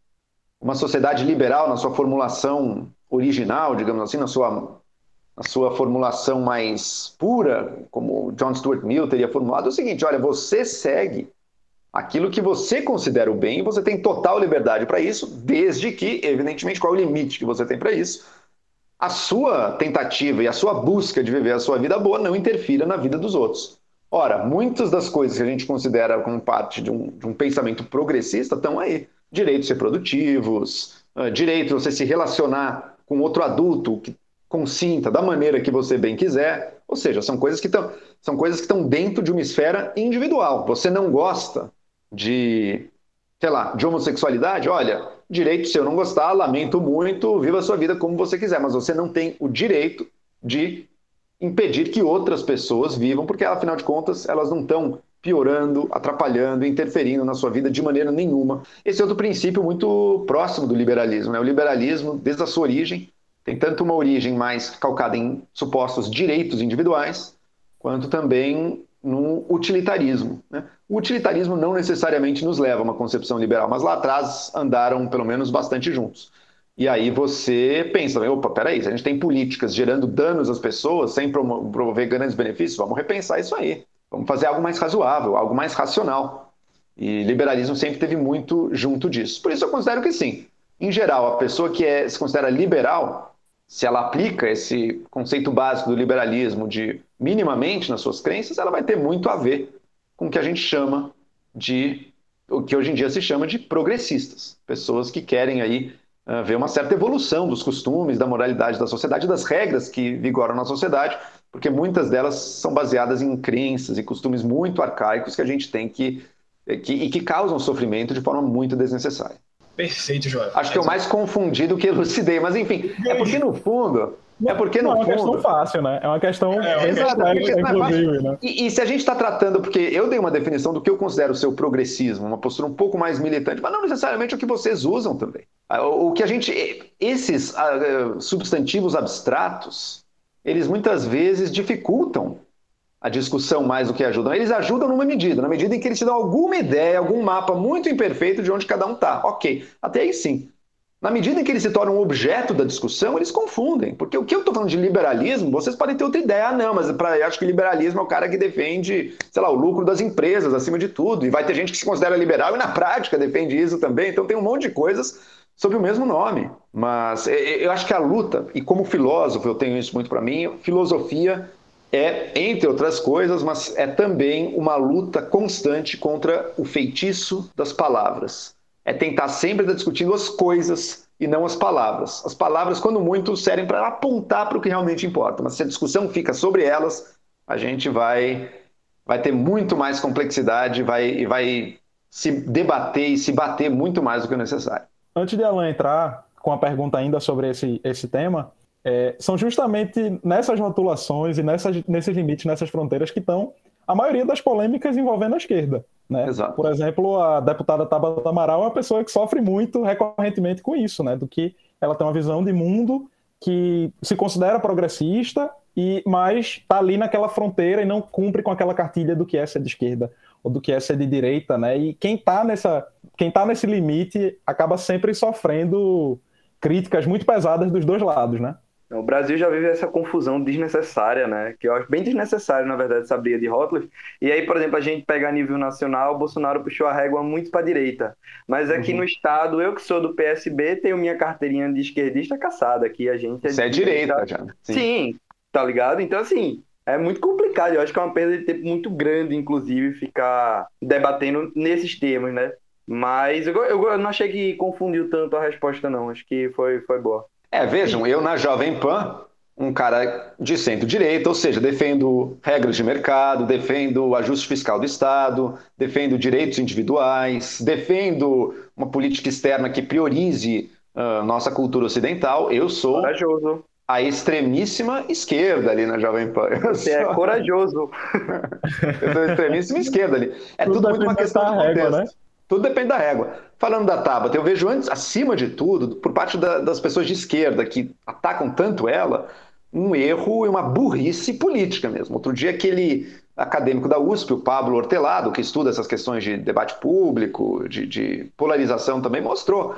Uma sociedade liberal, na sua formulação original, digamos assim, na sua, na sua formulação mais pura, como John Stuart Mill teria formulado, é o seguinte, olha, você segue aquilo que você considera o bem e você tem total liberdade para isso, desde que, evidentemente, qual é o limite que você tem para isso, a sua tentativa e a sua busca de viver a sua vida boa não interfira na vida dos outros. Ora, muitas das coisas que a gente considera como parte de um, de um pensamento progressista estão aí. Direitos reprodutivos, uh, direito de você se relacionar com outro adulto que consinta da maneira que você bem quiser. Ou seja, são coisas que estão, são coisas que estão dentro de uma esfera individual. Você não gosta de, sei lá, de homossexualidade? Olha, direito, se eu não gostar, lamento muito, viva a sua vida como você quiser, mas você não tem o direito de impedir que outras pessoas vivam, porque afinal de contas elas não estão piorando, atrapalhando, interferindo na sua vida de maneira nenhuma. Esse é outro princípio muito próximo do liberalismo, né? O liberalismo, desde a sua origem, tem tanto uma origem mais calcada em supostos direitos individuais, quanto também no utilitarismo, né? O utilitarismo não necessariamente nos leva a uma concepção liberal, mas lá atrás andaram pelo menos bastante juntos. E aí você pensa, opa, peraí, se a gente tem políticas gerando danos às pessoas sem promover grandes benefícios, vamos repensar isso aí. Vamos fazer algo mais razoável, algo mais racional. E liberalismo sempre teve muito junto disso. Por isso eu considero que sim. Em geral, a pessoa que é, se considera liberal, se ela aplica esse conceito básico do liberalismo de minimamente nas suas crenças, ela vai ter muito a ver com o que a gente chama de, o que hoje em dia se chama de progressistas. Pessoas que querem aí uh, ver uma certa evolução dos costumes, da moralidade da sociedade, das regras que vigoram na sociedade, porque muitas delas são baseadas em crenças e costumes muito arcaicos que a gente tem que, que e que causam sofrimento de forma muito desnecessária. Perfeito, Joel. Acho que eu mais confundi do que elucidei, mas enfim, é porque no fundo... É porque no não, fundo... é uma questão fácil, né? É uma questão... É, é, exato, é, é, inclusive, né? E, e se a gente está tratando... Porque eu dei uma definição do que eu considero ser o progressismo, uma postura um pouco mais militante, mas não necessariamente o que vocês usam também. O, o que a gente... Esses uh, substantivos abstratos, eles muitas vezes dificultam a discussão mais do que ajudam. Eles ajudam numa medida, na medida em que eles te dão alguma ideia, algum mapa muito imperfeito de onde cada um está. Ok, até aí sim. Na medida em que eles se tornam objeto da discussão, eles confundem. Porque o que eu estou falando de liberalismo, vocês podem ter outra ideia. Ah, não, mas pra, eu acho que liberalismo é o cara que defende, sei lá, o lucro das empresas acima de tudo. E vai ter gente que se considera liberal e na prática defende isso também. Então tem um monte de coisas sob o mesmo nome. Mas eu acho que a luta, e como filósofo eu tenho isso muito para mim, filosofia é, entre outras coisas, mas é também uma luta constante contra o feitiço das palavras. É tentar sempre estar discutindo as coisas e não as palavras. As palavras, quando muito, servem para apontar para o que realmente importa. Mas se a discussão fica sobre elas, a gente vai, vai ter muito mais complexidade vai, e vai se debater e se bater muito mais do que o necessário. Antes de Alan entrar com a pergunta ainda sobre esse, esse tema, é, são justamente nessas rotulações e nessas, nesses limites, nessas fronteiras que estão a maioria das polêmicas envolvendo a esquerda. Né? Exato. Por exemplo, a deputada Tabata Amaral é uma pessoa que sofre muito recorrentemente com isso, né? Do que ela tem uma visão de mundo que se considera progressista, e, mas está ali naquela fronteira e não cumpre com aquela cartilha do que é ser de esquerda ou do que é ser de direita, né? E quem está nessa, quem tá nesse limite acaba sempre sofrendo críticas muito pesadas dos dois lados, né? O Brasil já vive essa confusão desnecessária, né? Que eu acho bem desnecessário, na verdade, essa briga de rótulos. E aí, por exemplo, a gente pega a nível nacional, o Bolsonaro puxou a régua muito para a direita. Mas aqui uhum. no estado, eu que sou do P S B, tenho minha carteirinha de esquerdista caçada. Aqui a gente é Você de é direita, já. Sim. Sim, tá ligado? Então, assim, é muito complicado. Eu acho que é uma perda de tempo muito grande, inclusive, ficar debatendo nesses termos, né? Mas eu, eu, eu não achei que confundiu tanto a resposta, não. Acho que foi, foi boa. É, vejam, eu na Jovem Pan, um cara de centro-direita, ou seja, defendo regras de mercado, defendo o ajuste fiscal do Estado, defendo direitos individuais, defendo uma política externa que priorize uh, nossa cultura ocidental. Eu sou corajoso. A extremíssima esquerda ali na Jovem Pan. Eu Você sou... é corajoso. Eu sou a extremíssima esquerda ali. É tudo, tudo muito uma questão de contexto. Régua, né? Tudo depende da régua. Falando da Tabata, eu vejo antes, acima de tudo, por parte da, das pessoas de esquerda que atacam tanto ela, um erro e uma burrice política mesmo. Outro dia, aquele acadêmico da U S P, o Pablo Hortelado, que estuda essas questões de debate público, de, de polarização também, mostrou.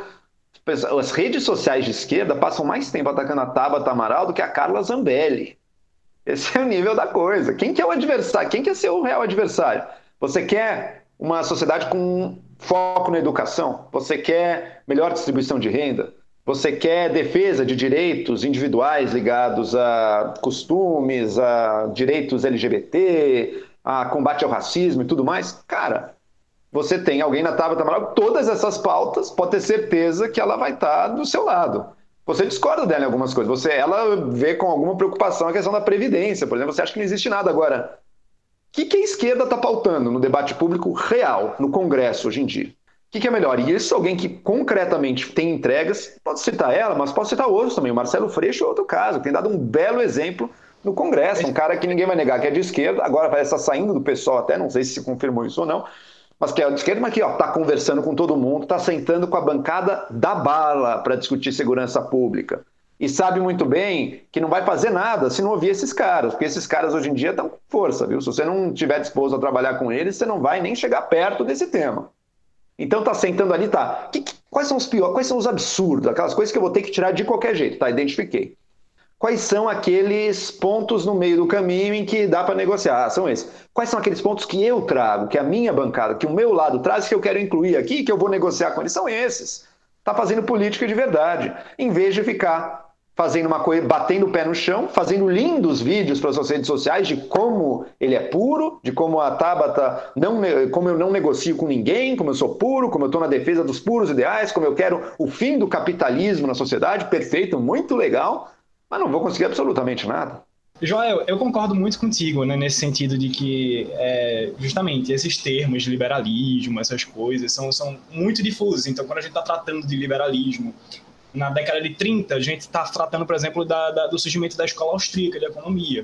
As redes sociais de esquerda passam mais tempo atacando a Tabata Amaral do que a Carla Zambelli. Esse é o nível da coisa. Quem que é o adversário? Quem que é seu real adversário? Você quer uma sociedade com foco na educação? Você quer melhor distribuição de renda? Você quer defesa de direitos individuais ligados a costumes, a direitos L G B T, a combate ao racismo e tudo mais? Cara, você tem alguém na Tabata Amaral, todas essas pautas, pode ter certeza que ela vai estar do seu lado. Você discorda dela em algumas coisas. Você, ela vê com alguma preocupação a questão da Previdência, por exemplo. Você acha que não existe nada agora. O que, que a esquerda está pautando no debate público real, no Congresso, hoje em dia? O que, que é melhor? E isso, alguém que concretamente tem entregas, pode citar ela, mas pode citar outros também. O Marcelo Freixo é outro caso, que tem dado um belo exemplo no Congresso. Um cara que ninguém vai negar que é de esquerda, agora vai estar saindo do pessoal até, não sei se se confirmou isso ou não, mas que é de esquerda, mas que está conversando com todo mundo, está sentando com a bancada da bala para discutir segurança pública. e sabe muito bem que não vai fazer nada se não ouvir esses caras, porque esses caras hoje em dia estão com força, viu? Se você não estiver disposto a trabalhar com eles, você não vai nem chegar perto desse tema. Então tá sentando ali, tá, que, que, quais são os piores, quais são os absurdos, aquelas coisas que eu vou ter que tirar de qualquer jeito, tá, identifiquei. Quais são aqueles pontos no meio do caminho em que dá para negociar? Ah, são esses. Quais são aqueles pontos que eu trago, que a minha bancada, que o meu lado traz, que eu quero incluir aqui, que eu vou negociar com eles? São esses. Tá fazendo política de verdade, em vez de ficar fazendo uma coisa, batendo o pé no chão, fazendo lindos vídeos para as suas redes sociais de como ele é puro, de como a Tabata, não, como eu não negocio com ninguém, como eu sou puro, como eu estou na defesa dos puros ideais, como eu quero o fim do capitalismo na sociedade, perfeito, muito legal, mas não vou conseguir absolutamente nada. Joel, eu concordo muito contigo, né, nesse sentido de que, é, justamente, esses termos de liberalismo, essas coisas, são, são muito difusos. Então, quando a gente está tratando de liberalismo, na década de trinta, a gente está tratando, por exemplo, da, da, do surgimento da escola austríaca de economia.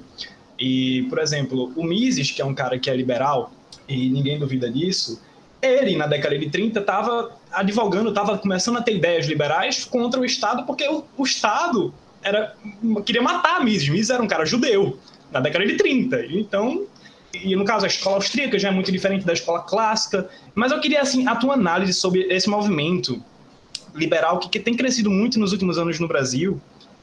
E, por exemplo, o Mises, que é um cara que é liberal, e ninguém duvida disso, ele, na década de trinta, estava advogando, estava começando a ter ideias liberais contra o Estado, porque o, o Estado... Era, queria matar Mises. Mises era um cara judeu, na década de trinta. Então, e no caso, a escola austríaca já é muito diferente da escola clássica. Mas eu queria, assim, a tua análise sobre esse movimento liberal que, que tem crescido muito nos últimos anos no Brasil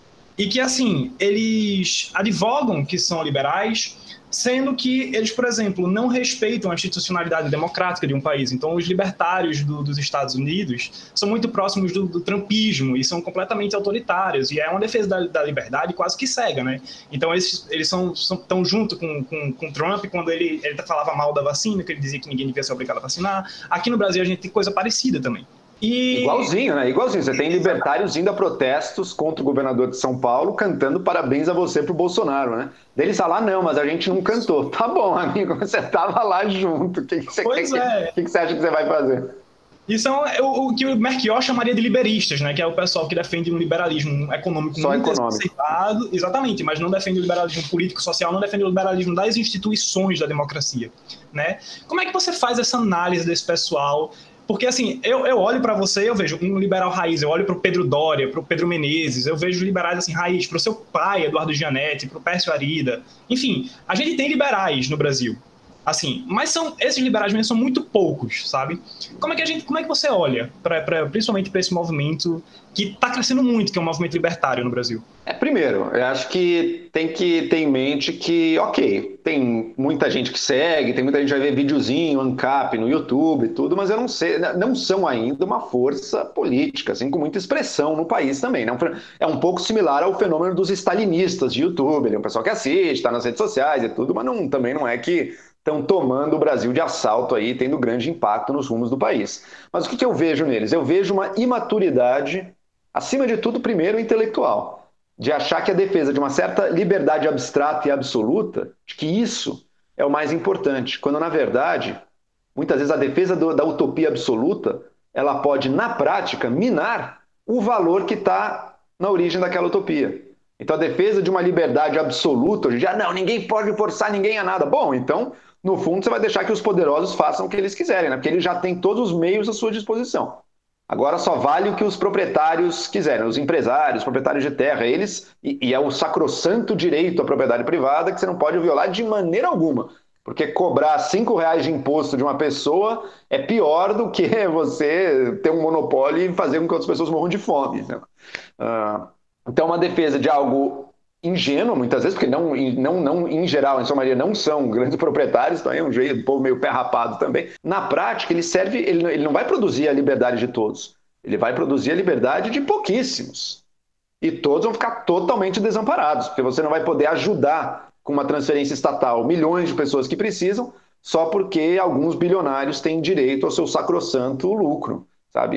e que, assim, eles advogam que são liberais, sendo que eles, por exemplo, não respeitam a institucionalidade democrática de um país. Então, os libertários do, dos Estados Unidos são muito próximos do, do trumpismo e são completamente autoritários. E é uma defesa da, da liberdade quase que cega, né? Então, eles, eles são, são, estão junto com, com, com Trump quando ele, ele falava mal da vacina, que ele dizia que ninguém devia ser obrigado a vacinar. Aqui no Brasil, a gente tem coisa parecida também. E... Igualzinho, né? Igualzinho. Você tem libertários indo a protestos contra o governador de São Paulo, cantando parabéns a você pro Bolsonaro, né? Deles falar, não, mas a gente não cantou. Tá bom, amigo, você tava lá junto. O que, que, você, pois que, é. que, que você acha que você vai fazer? Isso é o, o que o Merchior chamaria de liberistas, né? Que é o pessoal que defende um liberalismo econômico Só muito econômico. exacerbado, exatamente, mas não defende o liberalismo político-social, não defende o liberalismo das instituições da democracia, né? Como é que você faz essa análise desse pessoal? Porque, assim, eu, eu olho para você, eu vejo um liberal raiz, eu olho para o Pedro Doria, para o Pedro Menezes, eu vejo liberais, assim, raiz, para o seu pai, Eduardo Gianetti, para o Pércio Arida. Enfim, a gente tem liberais no Brasil, assim, mas são, esses liberais mesmo são muito poucos, sabe? Como é que, a gente, como é que você olha, pra, pra, principalmente para esse movimento que está crescendo muito, que é um movimento libertário no Brasil? É, primeiro, eu acho que tem que ter em mente que, ok, tem muita gente que segue, tem muita gente que vai ver videozinho, ANCAP no YouTube e tudo, mas eu não sei, não são ainda uma força política, assim, com muita expressão no país também, né? É um pouco similar ao fenômeno dos stalinistas de YouTube, é um pessoal que assiste, está nas redes sociais e tudo, mas não, também não é que estão tomando o Brasil de assalto aí, tendo grande impacto nos rumos do país. Mas o que, que eu vejo neles? Eu vejo uma imaturidade, acima de tudo, primeiro, intelectual, de achar que a defesa de uma certa liberdade abstrata e absoluta, de que isso é o mais importante, quando, na verdade, muitas vezes a defesa do, da utopia absoluta, ela pode, na prática, minar o valor que está na origem daquela utopia. Então, a defesa de uma liberdade absoluta, hoje já não, ninguém pode forçar ninguém a nada. Bom, então, no fundo, você vai deixar que os poderosos façam o que eles quiserem, né? Porque eles já têm todos os meios à sua disposição. Agora só vale o que os proprietários quiserem, os empresários, os proprietários de terra, eles, e, e é o sacrossanto direito à propriedade privada que você não pode violar de maneira alguma. Porque cobrar cinco reais de imposto de uma pessoa é pior do que você ter um monopólio e fazer com que outras pessoas morram de fome. Né? Uh, então, uma defesa de algo ingênuo, muitas vezes, porque não, não, não, em geral, em sua maioria, não são grandes proprietários, então é um jeito, um povo meio pé rapado também. Na prática, ele serve, ele, ele não vai produzir a liberdade de todos, ele vai produzir a liberdade de pouquíssimos. E todos vão ficar totalmente desamparados, porque você não vai poder ajudar com uma transferência estatal milhões de pessoas que precisam, só porque alguns bilionários têm direito ao seu sacrossanto lucro, sabe?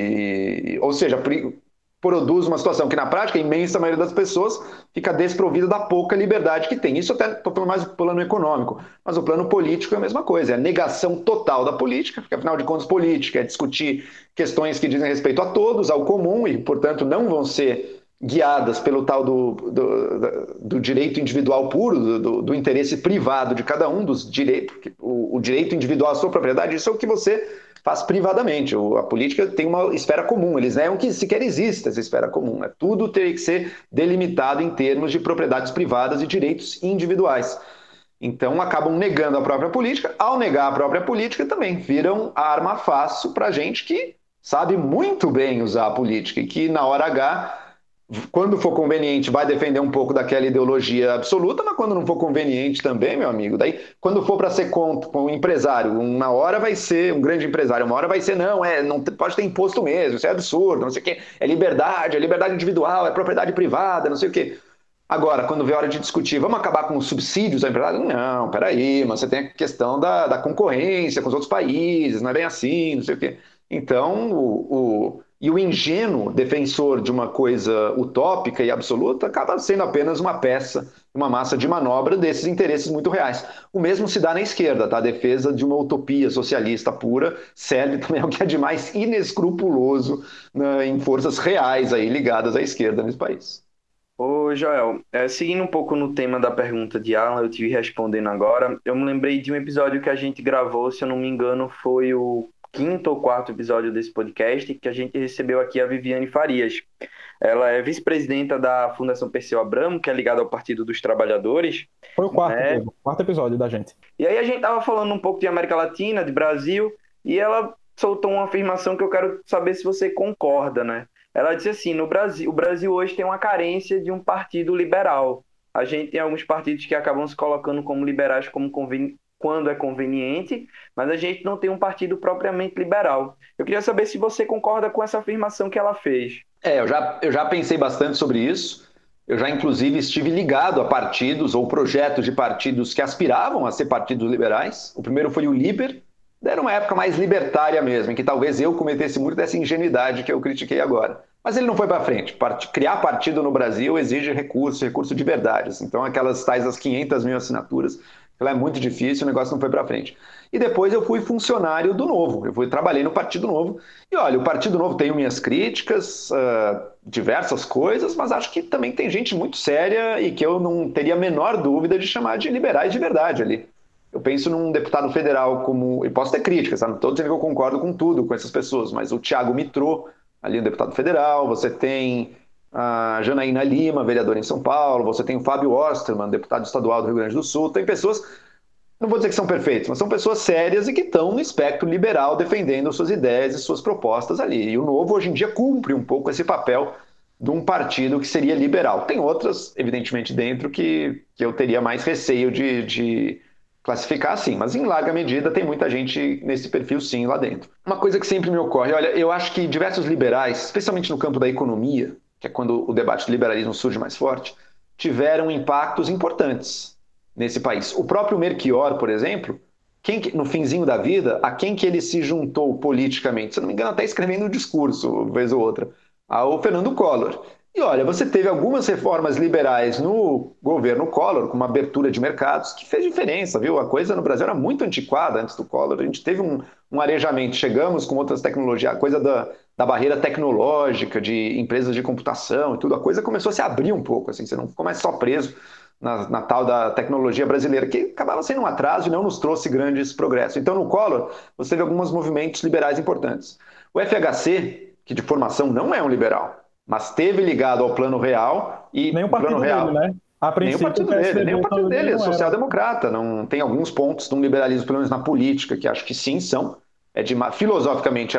E, ou seja, produz uma situação que, na prática, a imensa maioria das pessoas fica desprovida da pouca liberdade que tem. Isso até estou falando mais do plano econômico, mas o plano político é a mesma coisa, é a negação total da política, porque, afinal de contas, política é discutir questões que dizem respeito a todos, ao comum, e, portanto, não vão ser guiadas pelo tal do, do, do direito individual puro, do, do interesse privado de cada um, dos direitos, o, o direito individual à sua propriedade, isso é o que você faz privadamente. O, a política tem uma esfera comum, eles negam que sequer exista essa esfera comum. Né? Tudo teria que ser delimitado em termos de propriedades privadas e direitos individuais. Então acabam negando a própria política, ao negar a própria política também viram a arma fácil para gente que sabe muito bem usar a política e que na hora H, quando for conveniente, vai defender um pouco daquela ideologia absoluta, mas quando não for conveniente também, meu amigo, daí quando for para ser contra um empresário, uma hora vai ser um grande empresário, uma hora vai ser não, é, não pode ter imposto mesmo, isso é absurdo, não sei o quê, é liberdade, é liberdade individual, é propriedade privada, não sei o quê. Agora, quando vê a hora de discutir, vamos acabar com os subsídios à empresa? Não, peraí, mas você tem a questão da, da concorrência com os outros países, não é bem assim, não sei o quê. Então, o, o, e o ingênuo defensor de uma coisa utópica e absoluta acaba sendo apenas uma peça, uma massa de manobra desses interesses muito reais. O mesmo se dá na esquerda, tá? A defesa de uma utopia socialista pura serve também ao que é de mais inescrupuloso, né, em forças reais aí ligadas à esquerda nesse país. Ô, Joel, é, seguindo um pouco no tema da pergunta de Alan, eu te vi respondendo agora, eu me lembrei de um episódio que a gente gravou, se eu não me engano, foi o quinto ou quarto episódio desse podcast, que a gente recebeu aqui a Viviane Farias. Ela é vice-presidenta da Fundação Perseu Abramo, que é ligada ao Partido dos Trabalhadores. Foi o quarto, né? Pedro, quarto episódio da gente. E aí a gente tava falando um pouco de América Latina, de Brasil, e ela soltou uma afirmação que eu quero saber se você concorda, né? Ela disse assim, no Brasil, o Brasil hoje tem uma carência de um partido liberal. A gente tem alguns partidos que acabam se colocando como liberais como conveni... quando é conveniente, mas a gente não tem um partido propriamente liberal. Eu queria saber se você concorda com essa afirmação que ela fez. É, eu já, eu já pensei bastante sobre isso. Eu já, inclusive, estive ligado a partidos ou projetos de partidos que aspiravam a ser partidos liberais. O primeiro foi o Liber. Era uma época mais libertária mesmo, em que talvez eu cometesse muito dessa ingenuidade que eu critiquei agora. Mas ele não foi para frente. Part... Criar partido no Brasil exige recurso, recurso de verdade. Então, aquelas tais as quinhentas mil assinaturas, ela é muito difícil, o negócio não foi para frente. E depois eu fui funcionário do Novo, eu fui, trabalhei no Partido Novo. E olha, o Partido Novo tem minhas críticas, uh, diversas coisas, mas acho que também tem gente muito séria e que eu não teria a menor dúvida de chamar de liberais de verdade ali. Eu penso num deputado federal como... E posso ter críticas, tá? Não estou dizendo que eu concordo com tudo com essas pessoas, mas o Thiago Mitrô, ali um deputado federal, você tem a Janaína Lima, vereadora em São Paulo, você tem o Fábio Osterman, deputado estadual do Rio Grande do Sul, tem pessoas, não vou dizer que são perfeitas, mas são pessoas sérias e que estão no espectro liberal defendendo suas ideias e suas propostas ali. E o Novo hoje em dia cumpre um pouco esse papel de um partido que seria liberal. Tem outras, evidentemente, dentro que, que eu teria mais receio de... de classificar assim, mas em larga medida tem muita gente nesse perfil sim lá dentro. Uma coisa que sempre me ocorre, olha, eu acho que diversos liberais, especialmente no campo da economia, que é quando o debate do liberalismo surge mais forte, tiveram impactos importantes nesse país. O próprio Melchior, por exemplo, quem que, no finzinho da vida, a quem que ele se juntou politicamente? Se não me engano, até escrevendo um discurso, vez ou outra, ao Fernando Collor. E olha, você teve algumas reformas liberais no governo Collor, com uma abertura de mercados, que fez diferença, viu? A coisa no Brasil era muito antiquada antes do Collor, a gente teve um, um arejamento, chegamos com outras tecnologias, a coisa da, da barreira tecnológica, de empresas de computação e tudo, a coisa começou a se abrir um pouco, assim, você não ficou mais só preso na, na tal da tecnologia brasileira, que acabava sendo um atraso e não nos trouxe grandes progressos. Então, no Collor, você teve alguns movimentos liberais importantes. O F H C, que de formação não é um liberal, mas esteve ligado ao Plano Real e nem o partido Plano Real, dele, né? A nem o partido dele, nem o partido dele, é social-democrata. Não tem alguns pontos de um liberalismo, pelo menos na política, que acho que sim são. É de filosoficamente a,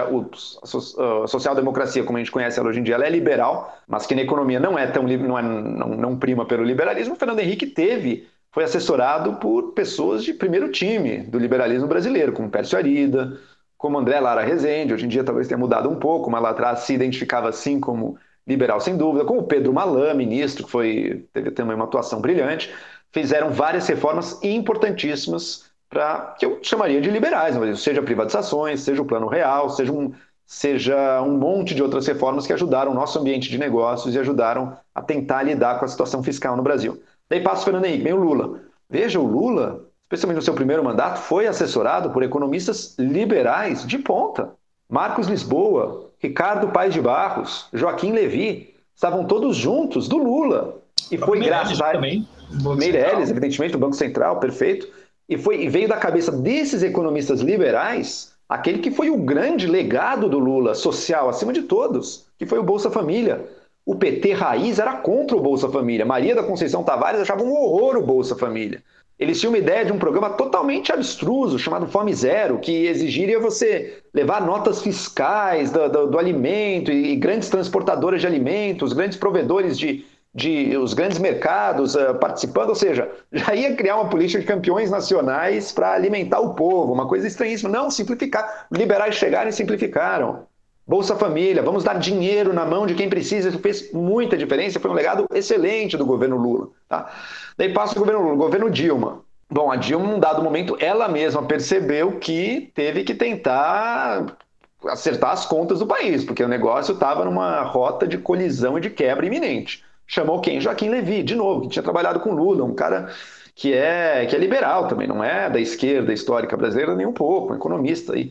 a social-democracia, como a gente conhece ela hoje em dia, ela é liberal, mas que na economia não é tão não, é, não, não prima pelo liberalismo. O Fernando Henrique teve, foi assessorado por pessoas de primeiro time do liberalismo brasileiro, como Pércio Arida, como André Lara Rezende. Hoje em dia talvez tenha mudado um pouco, mas lá atrás se identificava assim como liberal sem dúvida, como o Pedro Malan, ministro, que foi, teve também uma atuação brilhante, fizeram várias reformas importantíssimas para que eu chamaria de liberais, seja privatizações, seja o Plano Real, seja um, seja um monte de outras reformas que ajudaram o nosso ambiente de negócios e ajudaram a tentar lidar com a situação fiscal no Brasil. Daí passa o Fernando Henrique, vem o Lula. Veja, o Lula, especialmente no seu primeiro mandato, foi assessorado por economistas liberais de ponta. Marcos Lisboa, Ricardo Paes de Barros, Joaquim Levy, estavam todos juntos do Lula. E foi graças a também, Meirelles, evidentemente, do Banco Central, perfeito. E, foi, e veio da cabeça desses economistas liberais aquele que foi o grande legado do Lula, social, acima de todos, que foi o Bolsa Família. O P T raiz era contra o Bolsa Família. Maria da Conceição Tavares achava um horror o Bolsa Família. Eles tinham uma ideia de um programa totalmente abstruso, chamado Fome Zero, que exigiria você levar notas fiscais do, do, do alimento e, e grandes transportadoras de alimentos, grandes provedores de, de os grandes mercados uh, participando, ou seja, já ia criar uma política de campeões nacionais para alimentar o povo, uma coisa estranhíssima. Não, simplificar. Os liberais chegaram e simplificaram. Bolsa Família, vamos dar dinheiro na mão de quem precisa, isso fez muita diferença, foi um legado excelente do governo Lula. Tá? Daí passa o governo Lula, o governo Dilma. Bom, a Dilma, num dado momento, ela mesma percebeu que teve que tentar acertar as contas do país, porque o negócio estava numa rota de colisão e de quebra iminente. Chamou quem? Joaquim Levy, de novo, que tinha trabalhado com Lula, um cara que é, que é liberal também, não é da esquerda histórica brasileira nem um pouco, um economista aí.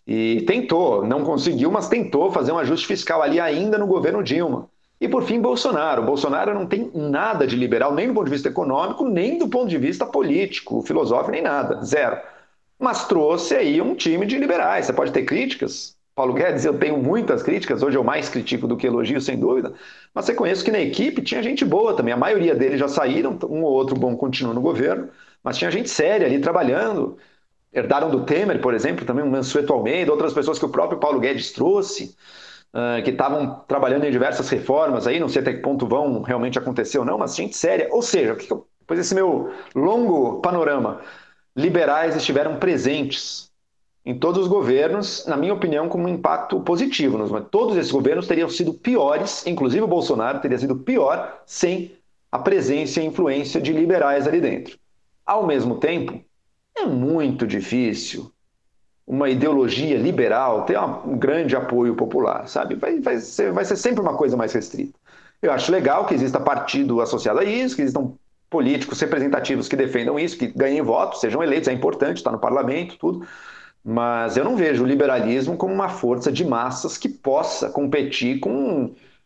E tentou, não conseguiu, mas tentou fazer um ajuste fiscal ali ainda no governo Dilma. E por fim, Bolsonaro. Bolsonaro não tem nada de liberal, nem do ponto de vista econômico, nem do ponto de vista político, filosófico, nem nada, zero. Mas trouxe aí um time de liberais. Você pode ter críticas. Paulo Guedes, eu tenho muitas críticas, hoje eu mais critico do que elogio, sem dúvida, mas você conhece que na equipe tinha gente boa também, a maioria deles já saíram, um ou outro bom continua no governo, mas tinha gente séria ali trabalhando, herdaram do Temer, por exemplo, também um Mansueto Almeida, outras pessoas que o próprio Paulo Guedes trouxe, uh, que estavam trabalhando em diversas reformas aí, não sei até que ponto vão realmente acontecer ou não, mas gente séria, ou seja, depois desse meu longo panorama, liberais estiveram presentes em todos os governos, na minha opinião, com um impacto positivo. Todos esses governos teriam sido piores, inclusive o Bolsonaro teria sido pior, sem a presença e a influência de liberais ali dentro. Ao mesmo tempo, é muito difícil uma ideologia liberal ter um grande apoio popular, sabe? Vai, vai, ser, vai ser sempre uma coisa mais restrita. Eu acho legal que exista partido associado a isso, que existam políticos representativos que defendam isso, que ganhem votos, sejam eleitos, é importante, está no parlamento, tudo. Mas eu não vejo o liberalismo como uma força de massas que possa competir com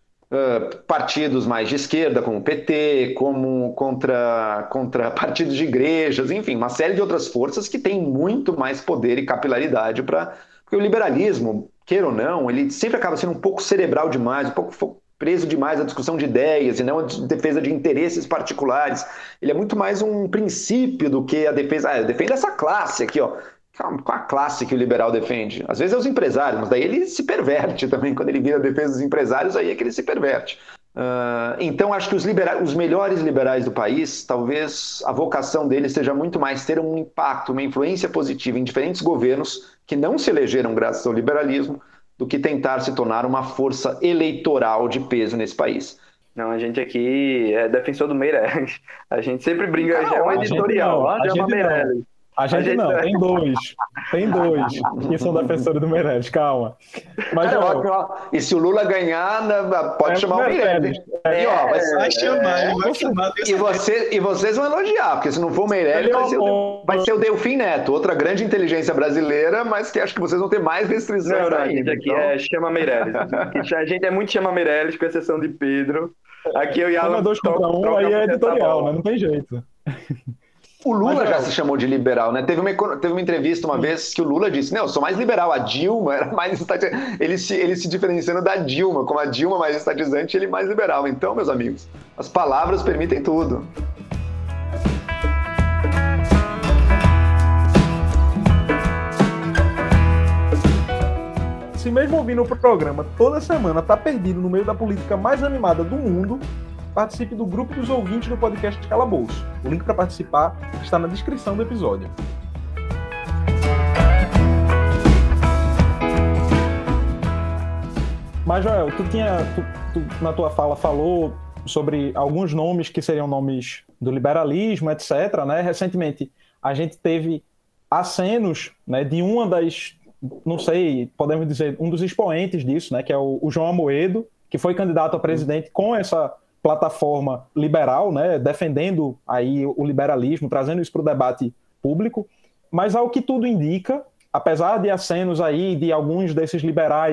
uh, partidos mais de esquerda, como o P T, como contra, contra partidos de igrejas, enfim, uma série de outras forças que têm muito mais poder e capilaridade para... Porque o liberalismo, queira ou não, ele sempre acaba sendo um pouco cerebral demais, um pouco preso demais à discussão de ideias e não à defesa de interesses particulares. Ele é muito mais um princípio do que a defesa... Ah, eu defendo essa classe aqui, ó. Qual a classe que o liberal defende? Às vezes é os empresários, mas daí ele se perverte também. Quando ele vira a defesa dos empresários, aí é que ele se perverte. Uh, então, acho que os, liberais, os melhores liberais do país, talvez a vocação deles seja muito mais ter um impacto, uma influência positiva em diferentes governos que não se elegeram graças ao liberalismo, do que tentar se tornar uma força eleitoral de peso nesse país. Não, a gente aqui é defensor do Meirelles. A gente sempre brinca, já é um editorial. A gente não, a gente Meirelles. A gente, a gente não, tem dois. Tem dois que são defensores do Meirelles, calma. Mas, é, ó, e se o Lula ganhar, pode é chamar o Meirelles. É, ó, vai, vai chamar, ele vai chamar. E, você, e vocês vão elogiar, porque se não for o Meirelles, vai ser o, vai ser o Delfim Neto, outra grande inteligência brasileira, mas que acho que vocês vão ter mais restrições não, não, ainda. A gente aqui então... é chama Meirelles. A gente é muito chama Meirelles, com exceção de Pedro. Aqui eu e Alan... Como é dois contra um, aí é editorial, né? Não tem jeito. O Lula Mas, já se chamou de liberal, né? Teve uma, teve uma entrevista uma vez que o Lula disse, não, eu sou mais liberal, a Dilma era mais estatizante. Ele se, ele se diferenciando da Dilma, como a Dilma mais estatizante, ele mais liberal. Então, meus amigos, as palavras permitem tudo. Se mesmo ouvindo o programa toda semana tá perdido no meio da política mais animada do mundo, participe do grupo dos ouvintes do podcast Calabouço. O link para participar está na descrição do episódio. Mas, Joel, tu tinha, tu, tu, na tua fala falou sobre alguns nomes que seriam nomes do liberalismo, etcétera, né? Recentemente, a gente teve acenos, né, de uma das, não sei, podemos dizer, um dos expoentes disso, né, que é o, o João Amoedo, que foi candidato a presidente com essa plataforma liberal, né, defendendo aí o liberalismo, trazendo isso para o debate público, mas ao que tudo indica, apesar de acenos aí de alguns desses liberais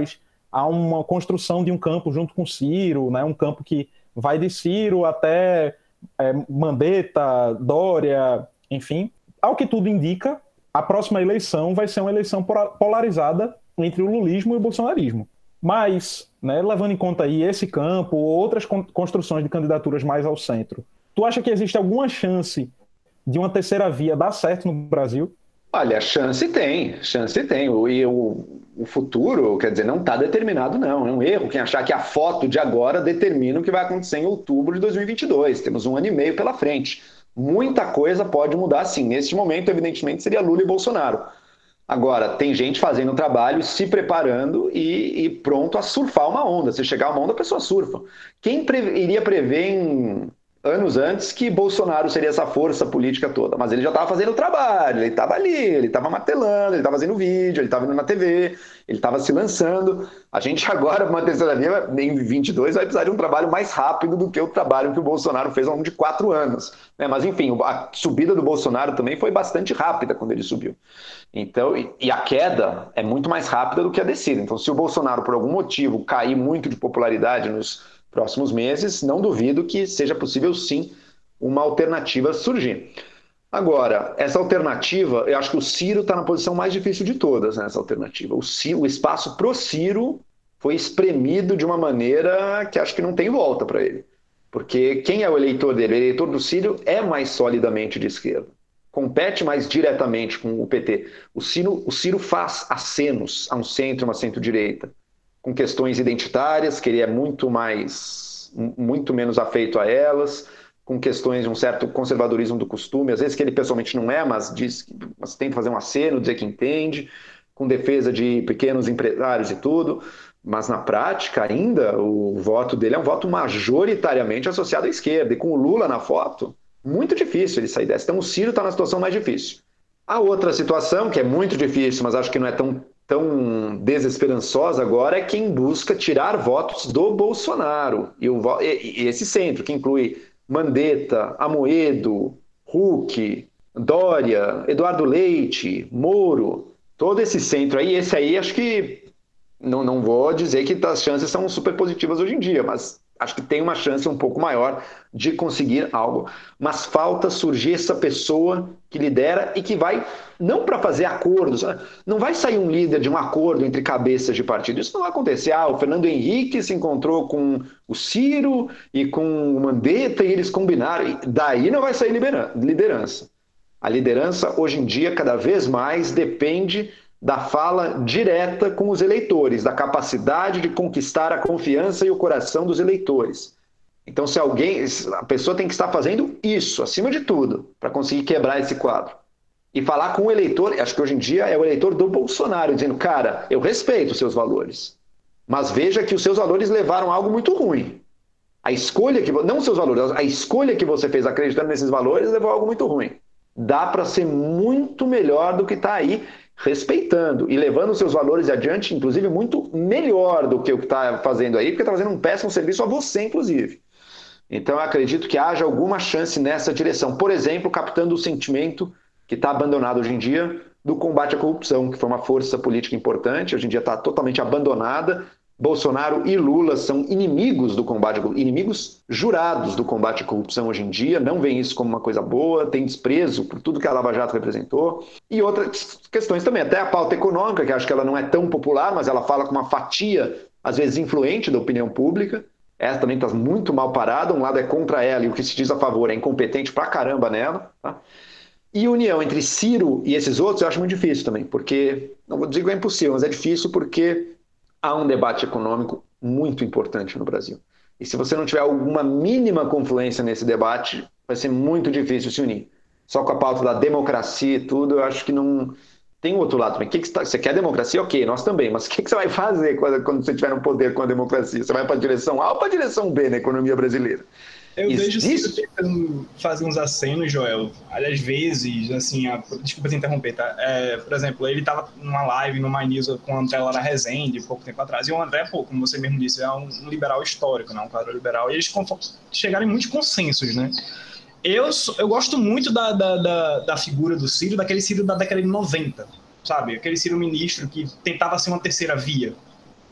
há uma construção de um campo junto com Ciro, né? Um campo que vai de Ciro até é, Mandetta, Dória, enfim. Ao que tudo indica, a próxima eleição vai ser uma eleição polarizada entre o lulismo e o bolsonarismo. Mas, né, levando em conta aí esse campo, outras construções de candidaturas mais ao centro, tu acha que existe alguma chance de uma terceira via dar certo no Brasil? Olha, chance tem, chance tem. E o, o futuro, quer dizer, não está determinado, não. É um erro quem achar que a foto de agora determina o que vai acontecer em outubro de dois mil e vinte e dois. Temos um ano e meio pela frente. Muita coisa pode mudar, sim. Neste momento, evidentemente, seria Lula e Bolsonaro. Agora, tem gente fazendo o trabalho, se preparando e, e pronto a surfar uma onda. Se chegar uma onda, a pessoa surfa. Quem pre- iria prever em anos antes que Bolsonaro seria essa força política toda? Mas ele já estava fazendo o trabalho, ele estava ali, ele estava martelando, ele estava fazendo vídeo, ele estava indo na T V, ele estava se lançando. A gente agora, para uma terceira via, em vinte e dois, vai precisar de um trabalho mais rápido do que o trabalho que o Bolsonaro fez ao longo de quatro anos. Mas, enfim, a subida do Bolsonaro também foi bastante rápida quando ele subiu. Então, e a queda é muito mais rápida do que a descida. Então, se o Bolsonaro, por algum motivo, cair muito de popularidade nos próximos meses, não duvido que seja possível, sim, uma alternativa surgir. Agora, essa alternativa, eu acho que o Ciro está na posição mais difícil de todas, nessa alternativa. O, Ciro, o espaço pro Ciro foi espremido de uma maneira que acho que não tem volta para ele. Porque quem é o eleitor dele? O eleitor do Ciro é mais solidamente de esquerda. Compete mais diretamente com o P T. O Ciro, o Ciro faz acenos a um centro, uma centro-direita, com questões identitárias, que ele é muito mais, muito menos afeito a elas, com questões de um certo conservadorismo do costume, às vezes que ele pessoalmente não é, mas, diz, mas tenta fazer um aceno, dizer que entende, com defesa de pequenos empresários e tudo, mas na prática ainda o voto dele é um voto majoritariamente associado à esquerda, e com o Lula na foto, muito difícil ele sair dessa. Então o Ciro está na situação mais difícil. A outra situação, que é muito difícil, mas acho que não é tão, tão desesperançosa agora, é quem busca tirar votos do Bolsonaro. E, o, e, e esse centro, que inclui Mandetta, Amoedo, Huck, Dória, Eduardo Leite, Moro, todo esse centro aí, esse aí acho que, não, não vou dizer que as chances são super positivas hoje em dia, mas acho que tem uma chance um pouco maior de conseguir algo. Mas falta surgir essa pessoa que lidera e que vai, não para fazer acordos, não vai sair um líder de um acordo entre cabeças de partido. Isso não vai acontecer. Ah, o Fernando Henrique se encontrou com o Ciro e com o Mandetta e eles combinaram. E daí não vai sair liderança. A liderança, hoje em dia, cada vez mais depende da fala direta com os eleitores, da capacidade de conquistar a confiança e o coração dos eleitores. Então, se alguém, a pessoa tem que estar fazendo isso, acima de tudo, para conseguir quebrar esse quadro. E falar com o eleitor, acho que hoje em dia é o eleitor do Bolsonaro, dizendo, cara, eu respeito os seus valores, mas veja que os seus valores levaram a algo muito ruim. A escolha que, não os seus valores, a escolha que você fez acreditando nesses valores levou a algo muito ruim. Dá para ser muito melhor do que está aí, respeitando e levando os seus valores adiante, inclusive muito melhor do que o que está fazendo aí, porque está fazendo um péssimo serviço a você, inclusive. Então, eu acredito que haja alguma chance nessa direção. Por exemplo, captando o sentimento que está abandonado hoje em dia do combate à corrupção, que foi uma força política importante, hoje em dia está totalmente abandonada. Bolsonaro e Lula são inimigos do combate, inimigos jurados do combate à corrupção hoje em dia, não veem isso como uma coisa boa, tem desprezo por tudo que a Lava Jato representou. E outras questões também, até a pauta econômica, que acho que ela não é tão popular, mas ela fala com uma fatia, às vezes, influente da opinião pública. Essa também está muito mal parada, um lado é contra ela e o que se diz a favor é incompetente pra caramba nela. Tá? E união entre Ciro e esses outros eu acho muito difícil também, porque, não vou dizer que é impossível, mas é difícil porque há um debate econômico muito importante no Brasil. E se você não tiver alguma mínima confluência nesse debate, vai ser muito difícil se unir. Só com a pauta da democracia e tudo, eu acho que não... Tem um outro lado também. Que que você, tá... você quer democracia? Ok, nós também. Mas o que, que você vai fazer quando, quando você tiver no poder com a democracia? Você vai para a direção A ou para a direção B na economia brasileira? Eu Existe... vejo o Ciro tentando fazer uns acenos, Joel. Às vezes, assim, a... desculpa te interromper, tá? É, por exemplo, ele estava numa live, numa news com o André Lara Rezende, pouco tempo atrás, e o André, pô, como você mesmo disse, é um, um liberal histórico, né? Um quadro liberal, e eles chegaram em muitos consensos, né? Eu, eu gosto muito da, da, da, da figura do Ciro, daquele Ciro da década de noventa, sabe? Aquele Ciro ministro que tentava ser uma terceira via.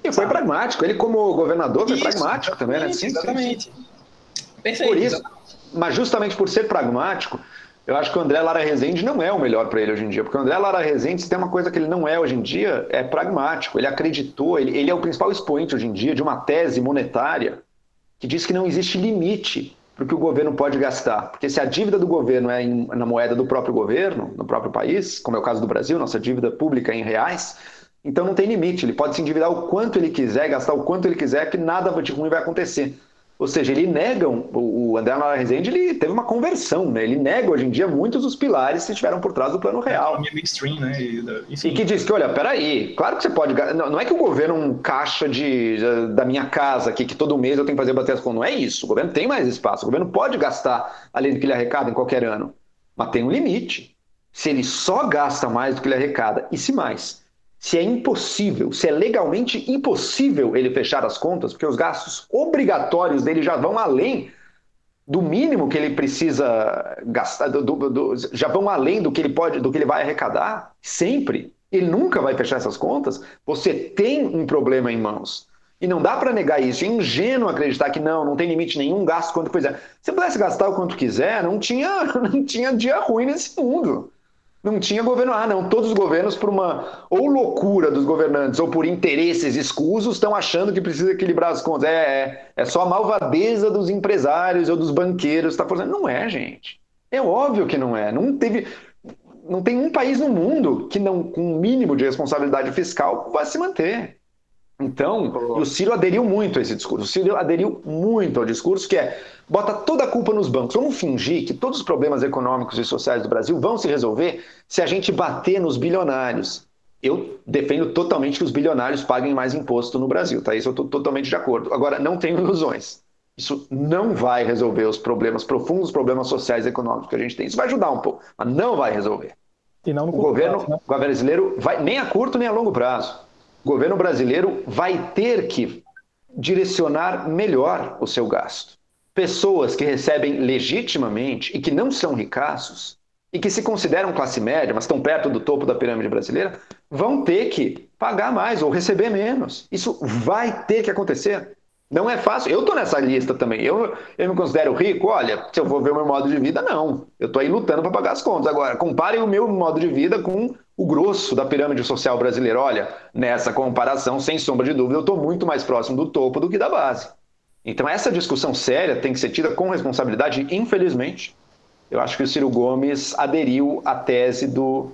E foi Sabe? pragmático. Ele, como governador, foi Isso, pragmático também, né? Sim, sim, sim. Exatamente. Perfeito. Por isso, exatamente. mas justamente por ser pragmático, eu acho que o André Lara Rezende não é o melhor para ele hoje em dia, porque o André Lara Rezende, se tem uma coisa que ele não é hoje em dia, é pragmático. Ele acreditou, ele, ele é o principal expoente hoje em dia de uma tese monetária que diz que não existe limite para o que o governo pode gastar. Porque se a dívida do governo é em, na moeda do próprio governo, no próprio país, como é o caso do Brasil, nossa dívida pública é em reais, então não tem limite. Ele pode se endividar o quanto ele quiser, gastar o quanto ele quiser, que nada de ruim vai acontecer. Ou seja, ele nega, o André Lara Rezende ele teve uma conversão, né? Ele nega hoje em dia muitos dos pilares que estiveram por trás do Plano Real. É, mainstream, né? E, e que diz que, olha, peraí, claro que você pode... Não é que o governo é um caixa de, da minha casa aqui, que todo mês eu tenho que fazer bater as contas. Não é isso. O governo tem mais espaço. O governo pode gastar além do que ele arrecada em qualquer ano. Mas tem um limite. Se ele só gasta mais do que ele arrecada, e se mais... Se é impossível, se é legalmente impossível ele fechar as contas, porque os gastos obrigatórios dele já vão além do mínimo que ele precisa gastar, do, do, do, já vão além do que ele pode, do que ele vai arrecadar, sempre. Ele nunca vai fechar essas contas. Você tem um problema em mãos. E não dá para negar isso. É ingênuo acreditar que não, não tem limite nenhum, gasto quanto quiser. Se pudesse gastar o quanto quiser, não tinha, não tinha dia ruim nesse mundo. Não tinha governo, ah não, todos os governos por uma ou loucura dos governantes ou por interesses escusos estão achando que precisa equilibrar as contas. É, é, é só a malvadeza dos empresários ou dos banqueiros que está fazendo. Não é, gente. É óbvio que não é. Não teve, não tem um país no mundo que não, com um mínimo de responsabilidade fiscal, vai se manter. Então, e o Ciro aderiu muito a esse discurso. O Ciro aderiu muito ao discurso que é, bota toda a culpa nos bancos. Vamos fingir que todos os problemas econômicos e sociais do Brasil vão se resolver se a gente bater nos bilionários. Eu defendo totalmente que os bilionários paguem mais imposto no Brasil, tá? Isso eu estou totalmente de acordo. Agora, não tenho ilusões. Isso não vai resolver os problemas profundos, os problemas sociais e econômicos que a gente tem. Isso vai ajudar um pouco, mas não vai resolver. E não no o governo, prazo, né? o governo brasileiro vai nem a curto nem a longo prazo. O governo brasileiro vai ter que direcionar melhor o seu gasto. Pessoas que recebem legitimamente e que não são ricaços e que se consideram classe média, mas estão perto do topo da pirâmide brasileira, vão ter que pagar mais ou receber menos. Isso vai ter que acontecer. Não é fácil. Eu estou nessa lista também. Eu, eu me considero rico? Olha, se eu vou ver o meu modo de vida, não. Eu estou aí lutando para pagar as contas. Agora, comparem o meu modo de vida com o grosso da pirâmide social brasileira. Olha, nessa comparação, sem sombra de dúvida, eu estou muito mais próximo do topo do que da base. Então, essa discussão séria tem que ser tida com responsabilidade. Infelizmente, eu acho que o Ciro Gomes aderiu à tese do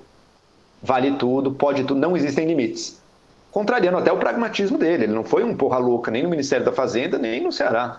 vale tudo, pode tudo, não existem limites. Contrariando até o pragmatismo dele. Ele não foi um porra louca nem no Ministério da Fazenda, nem no Ceará.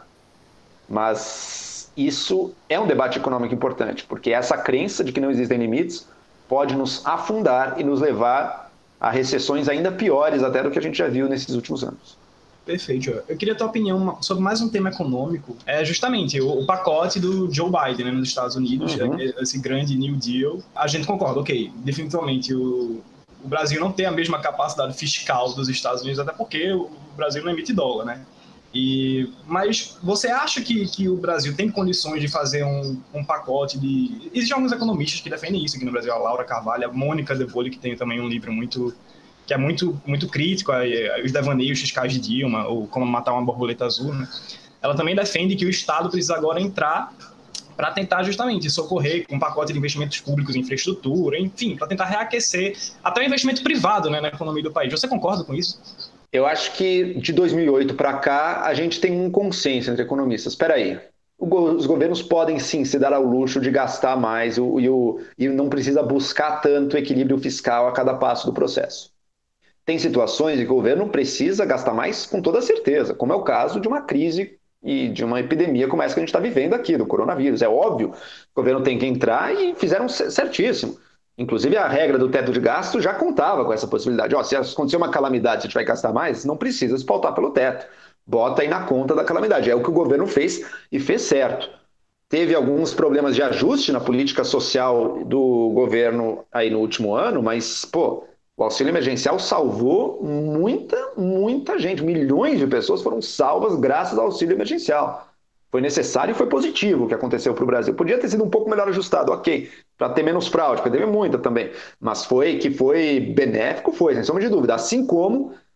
Mas isso é um debate econômico importante, porque essa crença de que não existem limites pode nos afundar e nos levar a recessões ainda piores até do que a gente já viu nesses últimos anos. Perfeito. Eu queria a tua opinião sobre mais um tema econômico. É justamente o, o pacote do Joe Biden, né, nos Estados Unidos, uhum. Esse grande New Deal. A gente concorda, ok, definitivamente o, o Brasil não tem a mesma capacidade fiscal dos Estados Unidos, até porque o Brasil não emite dólar, né? E, mas você acha que, que o Brasil tem condições de fazer um, um pacote de... Existem alguns economistas que defendem isso aqui no Brasil, a Laura Carvalho, a Mônica De Bolle, que tem também um livro muito... que é muito, muito crítico aos devaneios fiscais de Dilma, ou como matar uma borboleta azul, né? Ela também defende que o Estado precisa agora entrar para tentar justamente socorrer com um pacote de investimentos públicos em infraestrutura, enfim, para tentar reaquecer até o investimento privado, né, na economia do país. Você concorda com isso? Eu acho que de dois mil e oito para cá a gente tem um consenso entre economistas. Espera aí. Os governos podem sim se dar ao luxo de gastar mais e, o, e não precisa buscar tanto equilíbrio fiscal a cada passo do processo. Tem situações em que o governo precisa gastar mais com toda certeza, como é o caso de uma crise e de uma epidemia como essa que a gente está vivendo aqui, do coronavírus. É óbvio que o governo tem que entrar e fizeram certíssimo. Inclusive, a regra do teto de gasto já contava com essa possibilidade. Ó, se acontecer uma calamidade, se a gente vai gastar mais, não precisa se pautar pelo teto. Bota aí na conta da calamidade. É o que o governo fez e fez certo. Teve alguns problemas de ajuste na política social do governo aí no último ano, mas, pô, o auxílio emergencial salvou muita, muita gente. Milhões de pessoas foram salvas graças ao auxílio emergencial. Foi necessário e foi positivo o que aconteceu para o Brasil. Podia ter sido um pouco melhor ajustado, ok, para ter menos fraude, porque teve muita também. Mas foi que foi benéfico, foi, sem sombra de dúvida. Assim como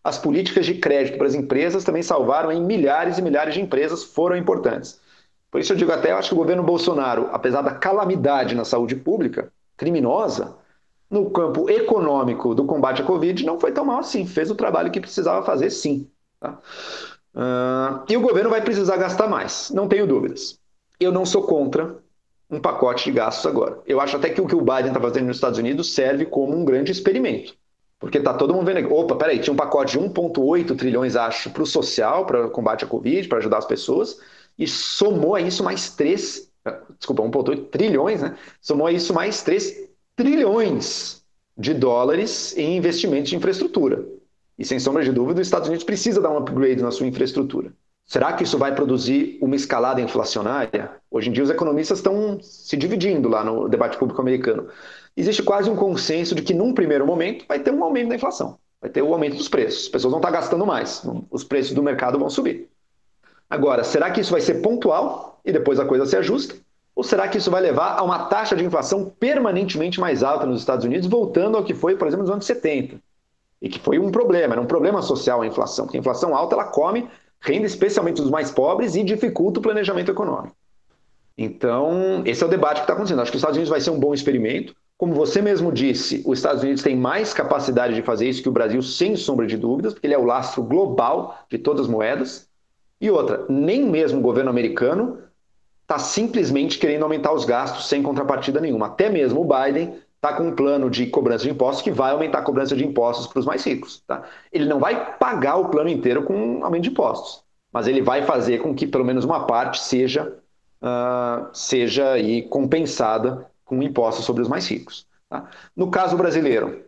as políticas de crédito para as empresas também salvaram em milhares e milhares de empresas, foram importantes. Por isso eu digo até, eu acho que o governo Bolsonaro, apesar da calamidade na saúde pública, criminosa, no campo econômico do combate à Covid, não foi tão mal assim, fez o trabalho que precisava fazer sim. Tá? Uh, e o governo vai precisar gastar mais, não tenho dúvidas. Eu não sou contra um pacote de gastos agora. Eu acho até que o que o Biden está fazendo nos Estados Unidos serve como um grande experimento. Porque está todo mundo vendo, opa, peraí, tinha um pacote de um vírgula oito trilhões, acho, para o social, para o combate à Covid, para ajudar as pessoas, e somou a isso mais três, desculpa, um vírgula oito trilhões, né? Somou a isso mais três trilhões de dólares em investimentos de infraestrutura. E sem sombra de dúvida, os Estados Unidos precisa dar um upgrade na sua infraestrutura. Será que isso vai produzir uma escalada inflacionária? Hoje em dia os economistas estão se dividindo lá no debate público americano. Existe quase um consenso de que num primeiro momento vai ter um aumento da inflação, vai ter o aumento dos preços, as pessoas vão estar gastando mais, os preços do mercado vão subir. Agora, será que isso vai ser pontual e depois a coisa se ajusta? Ou será que isso vai levar a uma taxa de inflação permanentemente mais alta nos Estados Unidos, voltando ao que foi, por exemplo, nos anos setenta? E que foi um problema, era um problema social a inflação, porque a inflação alta ela come renda especialmente dos mais pobres e dificulta o planejamento econômico. Então, esse é o debate que está acontecendo. Acho que os Estados Unidos vai ser um bom experimento. Como você mesmo disse, os Estados Unidos têm mais capacidade de fazer isso que o Brasil, sem sombra de dúvidas, porque ele é o lastro global de todas as moedas. E outra, nem mesmo o governo americano está simplesmente querendo aumentar os gastos sem contrapartida nenhuma. Até mesmo o Biden está com um plano de cobrança de impostos que vai aumentar a cobrança de impostos para os mais ricos. Tá? Ele não vai pagar o plano inteiro com aumento de impostos, mas ele vai fazer com que pelo menos uma parte seja, uh, seja aí compensada com impostos sobre os mais ricos. Tá? No caso brasileiro,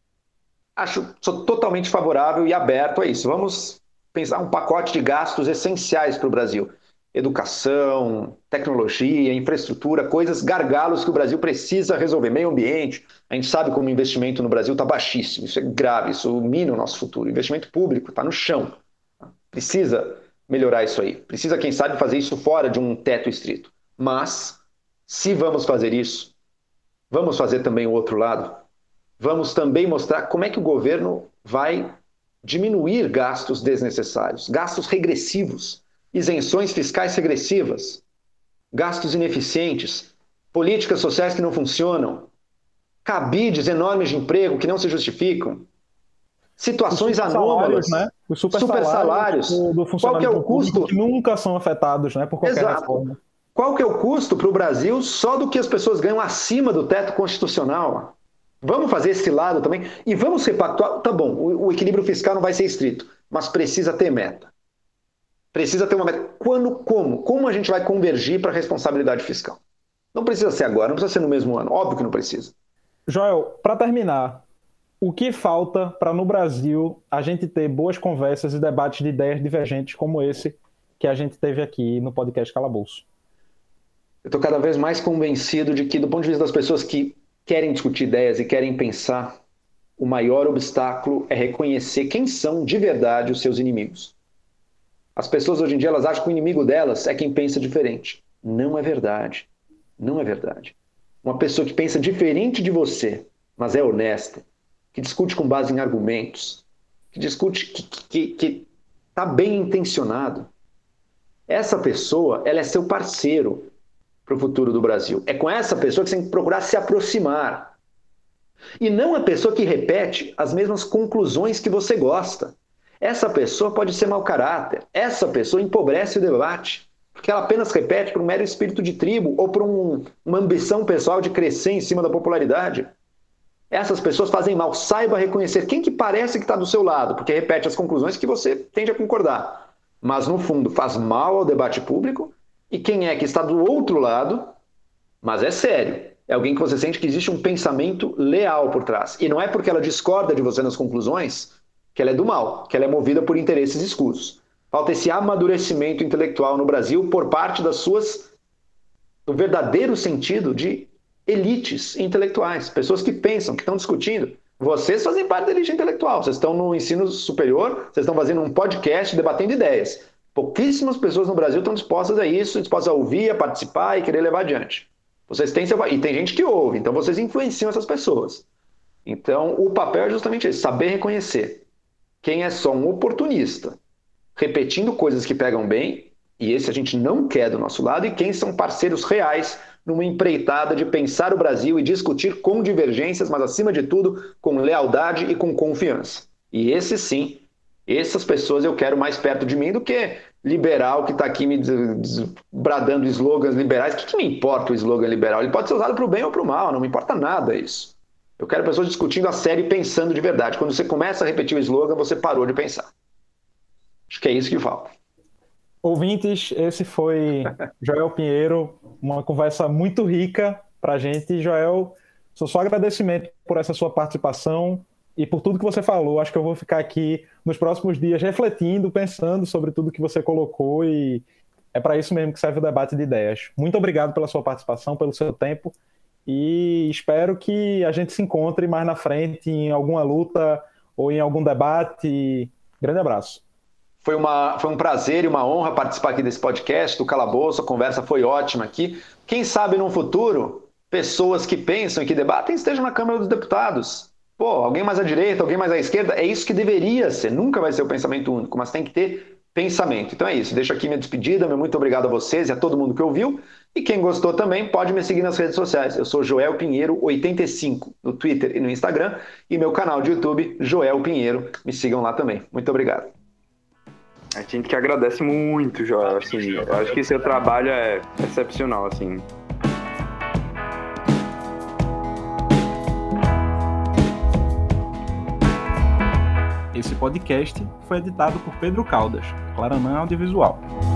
acho, sou totalmente favorável e aberto a isso. Vamos pensar um pacote de gastos essenciais para o Brasil. Educação, tecnologia, infraestrutura, coisas, gargalos que o Brasil precisa resolver. Meio ambiente, a gente sabe como o investimento no Brasil está baixíssimo, isso é grave, isso mina o nosso futuro. O investimento público está no chão, precisa melhorar isso aí, precisa, quem sabe, fazer isso fora de um teto estrito. Mas, se vamos fazer isso, vamos fazer também o outro lado, vamos também mostrar como é que o governo vai diminuir gastos desnecessários, gastos regressivos, isenções fiscais regressivas, gastos ineficientes, políticas sociais que não funcionam, cabides enormes de emprego que não se justificam, situações anômalas, né? Os super, super salários, do, do qual que é o custo? Que nunca são afetados, né, por qualquer Exato. reforma. Qual que é o custo para o Brasil só do que as pessoas ganham acima do teto constitucional? Vamos fazer esse lado também e vamos repactuar. Tá bom, o, o equilíbrio fiscal não vai ser estrito, mas precisa ter meta. Precisa ter uma meta. Quando, como? Como a gente vai convergir para a responsabilidade fiscal? Não precisa ser agora, não precisa ser no mesmo ano. Óbvio que não precisa. Joel, para terminar, o que falta para no Brasil a gente ter boas conversas e debates de ideias divergentes como esse que a gente teve aqui no podcast Calabouço? Eu estou cada vez mais convencido de que, do ponto de vista das pessoas que querem discutir ideias e querem pensar, o maior obstáculo é reconhecer quem são de verdade os seus inimigos. As pessoas hoje em dia elas acham que o inimigo delas é quem pensa diferente. Não é verdade. Não é verdade. Uma pessoa que pensa diferente de você, mas é honesta, que discute com base em argumentos, que discute, que está que, que tá bem intencionado, essa pessoa ela é seu parceiro para o futuro do Brasil. É com essa pessoa que você tem que procurar se aproximar. E não a pessoa que repete as mesmas conclusões que você gosta. Essa pessoa pode ser mau caráter. Essa pessoa empobrece o debate, porque ela apenas repete por um mero espírito de tribo ou por um, uma ambição pessoal de crescer em cima da popularidade. Essas pessoas fazem mal. Saiba reconhecer quem que parece que está do seu lado, porque repete as conclusões que você tende a concordar. Mas, no fundo, faz mal ao debate público. E quem é que está do outro lado, mas é sério. É alguém que você sente que existe um pensamento leal por trás. E não é porque ela discorda de você nas conclusões que ela é do mal, que ela é movida por interesses escusos. Falta esse amadurecimento intelectual no Brasil por parte das suas, do verdadeiro sentido de elites intelectuais, pessoas que pensam, que estão discutindo. Vocês fazem parte da elite intelectual, vocês estão no ensino superior, vocês estão fazendo um podcast debatendo ideias. Pouquíssimas pessoas no Brasil estão dispostas a isso, dispostas a ouvir, a participar e querer levar adiante. Vocês têm seu... E tem gente que ouve, então vocês influenciam essas pessoas. Então, o papel é justamente esse, saber reconhecer quem é só um oportunista, repetindo coisas que pegam bem, e esse a gente não quer do nosso lado, e quem são parceiros reais numa empreitada de pensar o Brasil e discutir com divergências, mas acima de tudo, com lealdade e com confiança. E esse sim, essas pessoas eu quero mais perto de mim do que liberal que está aqui me bradando slogans liberais. O que, que me importa o slogan liberal? Ele pode ser usado para o bem ou para o mal, não me importa nada isso. Eu quero pessoas discutindo a sério e pensando de verdade. Quando você começa a repetir o slogan, você parou de pensar. Acho que é isso que falta. Ouvintes, esse foi Joel Pinheiro, uma conversa muito rica para a gente. Joel, sou só agradecimento por essa sua participação e por tudo que você falou. Acho que eu vou ficar aqui nos próximos dias refletindo, pensando sobre tudo que você colocou, e é para isso mesmo que serve o debate de ideias. Muito obrigado pela sua participação, pelo seu tempo, e espero que a gente se encontre mais na frente em alguma luta ou em algum debate. Grande abraço. Foi, uma, foi um prazer e uma honra participar aqui desse podcast, do Calabouço. A conversa foi ótima aqui. Quem sabe no futuro, pessoas que pensam e que debatem estejam na Câmara dos Deputados. Pô, alguém mais à direita, alguém mais à esquerda, é isso que deveria ser. Nunca vai ser o pensamento único, mas tem que ter pensamento. Então é isso. Deixo aqui minha despedida. Meu muito obrigado a vocês e a todo mundo que ouviu. E quem gostou também pode me seguir nas redes sociais. Eu sou Joel Pinheiro oitenta e cinco no Twitter e no Instagram. E meu canal de YouTube, Joel Pinheiro. Me sigam lá também. Muito obrigado. A gente que agradece muito, Joel. Assim, eu acho que seu trabalho é excepcional, assim. Esse podcast foi editado por Pedro Caldas, Claranã Audiovisual.